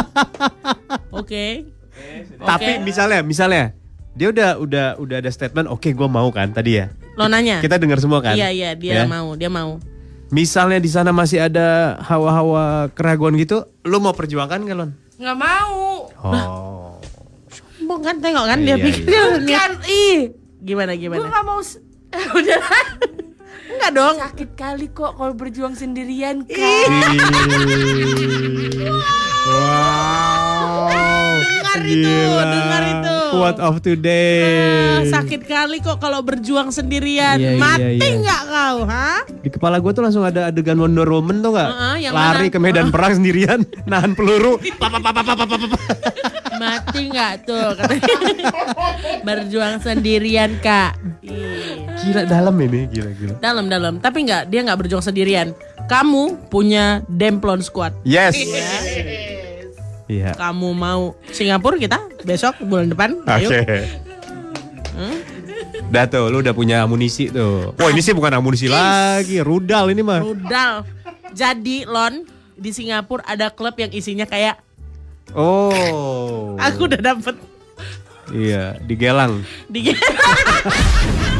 Oke. Tapi misalnya dia udah ada statement, oke, gue mau kan tadi ya. Lonanya. Kita dengar semua kan? Iya, dia Ya? mau. Misalnya di sana masih ada hawa-hawa keraguan gitu, lu mau perjuangkan nggak, Lon? Nggak mau. Oh. Sombong kan, tengok kan dia Iya, pikir dia Kan Gimana? gue nggak mau. Udahlah. Enggak dong. Sakit kali kok kalau berjuang sendirian kan. Wow. Dengar itu. Quote of today. Sakit kali kok kalau berjuang sendirian. Iya, Mati iya. nggak kau, ha? Di kepala gue tuh langsung ada adegan Wonder Woman tuh nggak? Yang Lari mana? ke medan perang sendirian, nahan peluru. Mati nggak tuh? Katanya. Berjuang sendirian, Kak. Gila dalam ini, gila. Dalam. Tapi dia nggak berjuang sendirian. Kamu punya Demplon Squad. Yes. Iya. Kamu mau Singapura kita besok bulan depan. Ayo. Udah tuh, lu udah punya amunisi tuh. Wah, ini sih bukan amunisi lagi, rudal ini mah. Rudal. Jadi Lon, di Singapura ada klub yang isinya kayak Oh. aku udah dapet Iya, digelang. di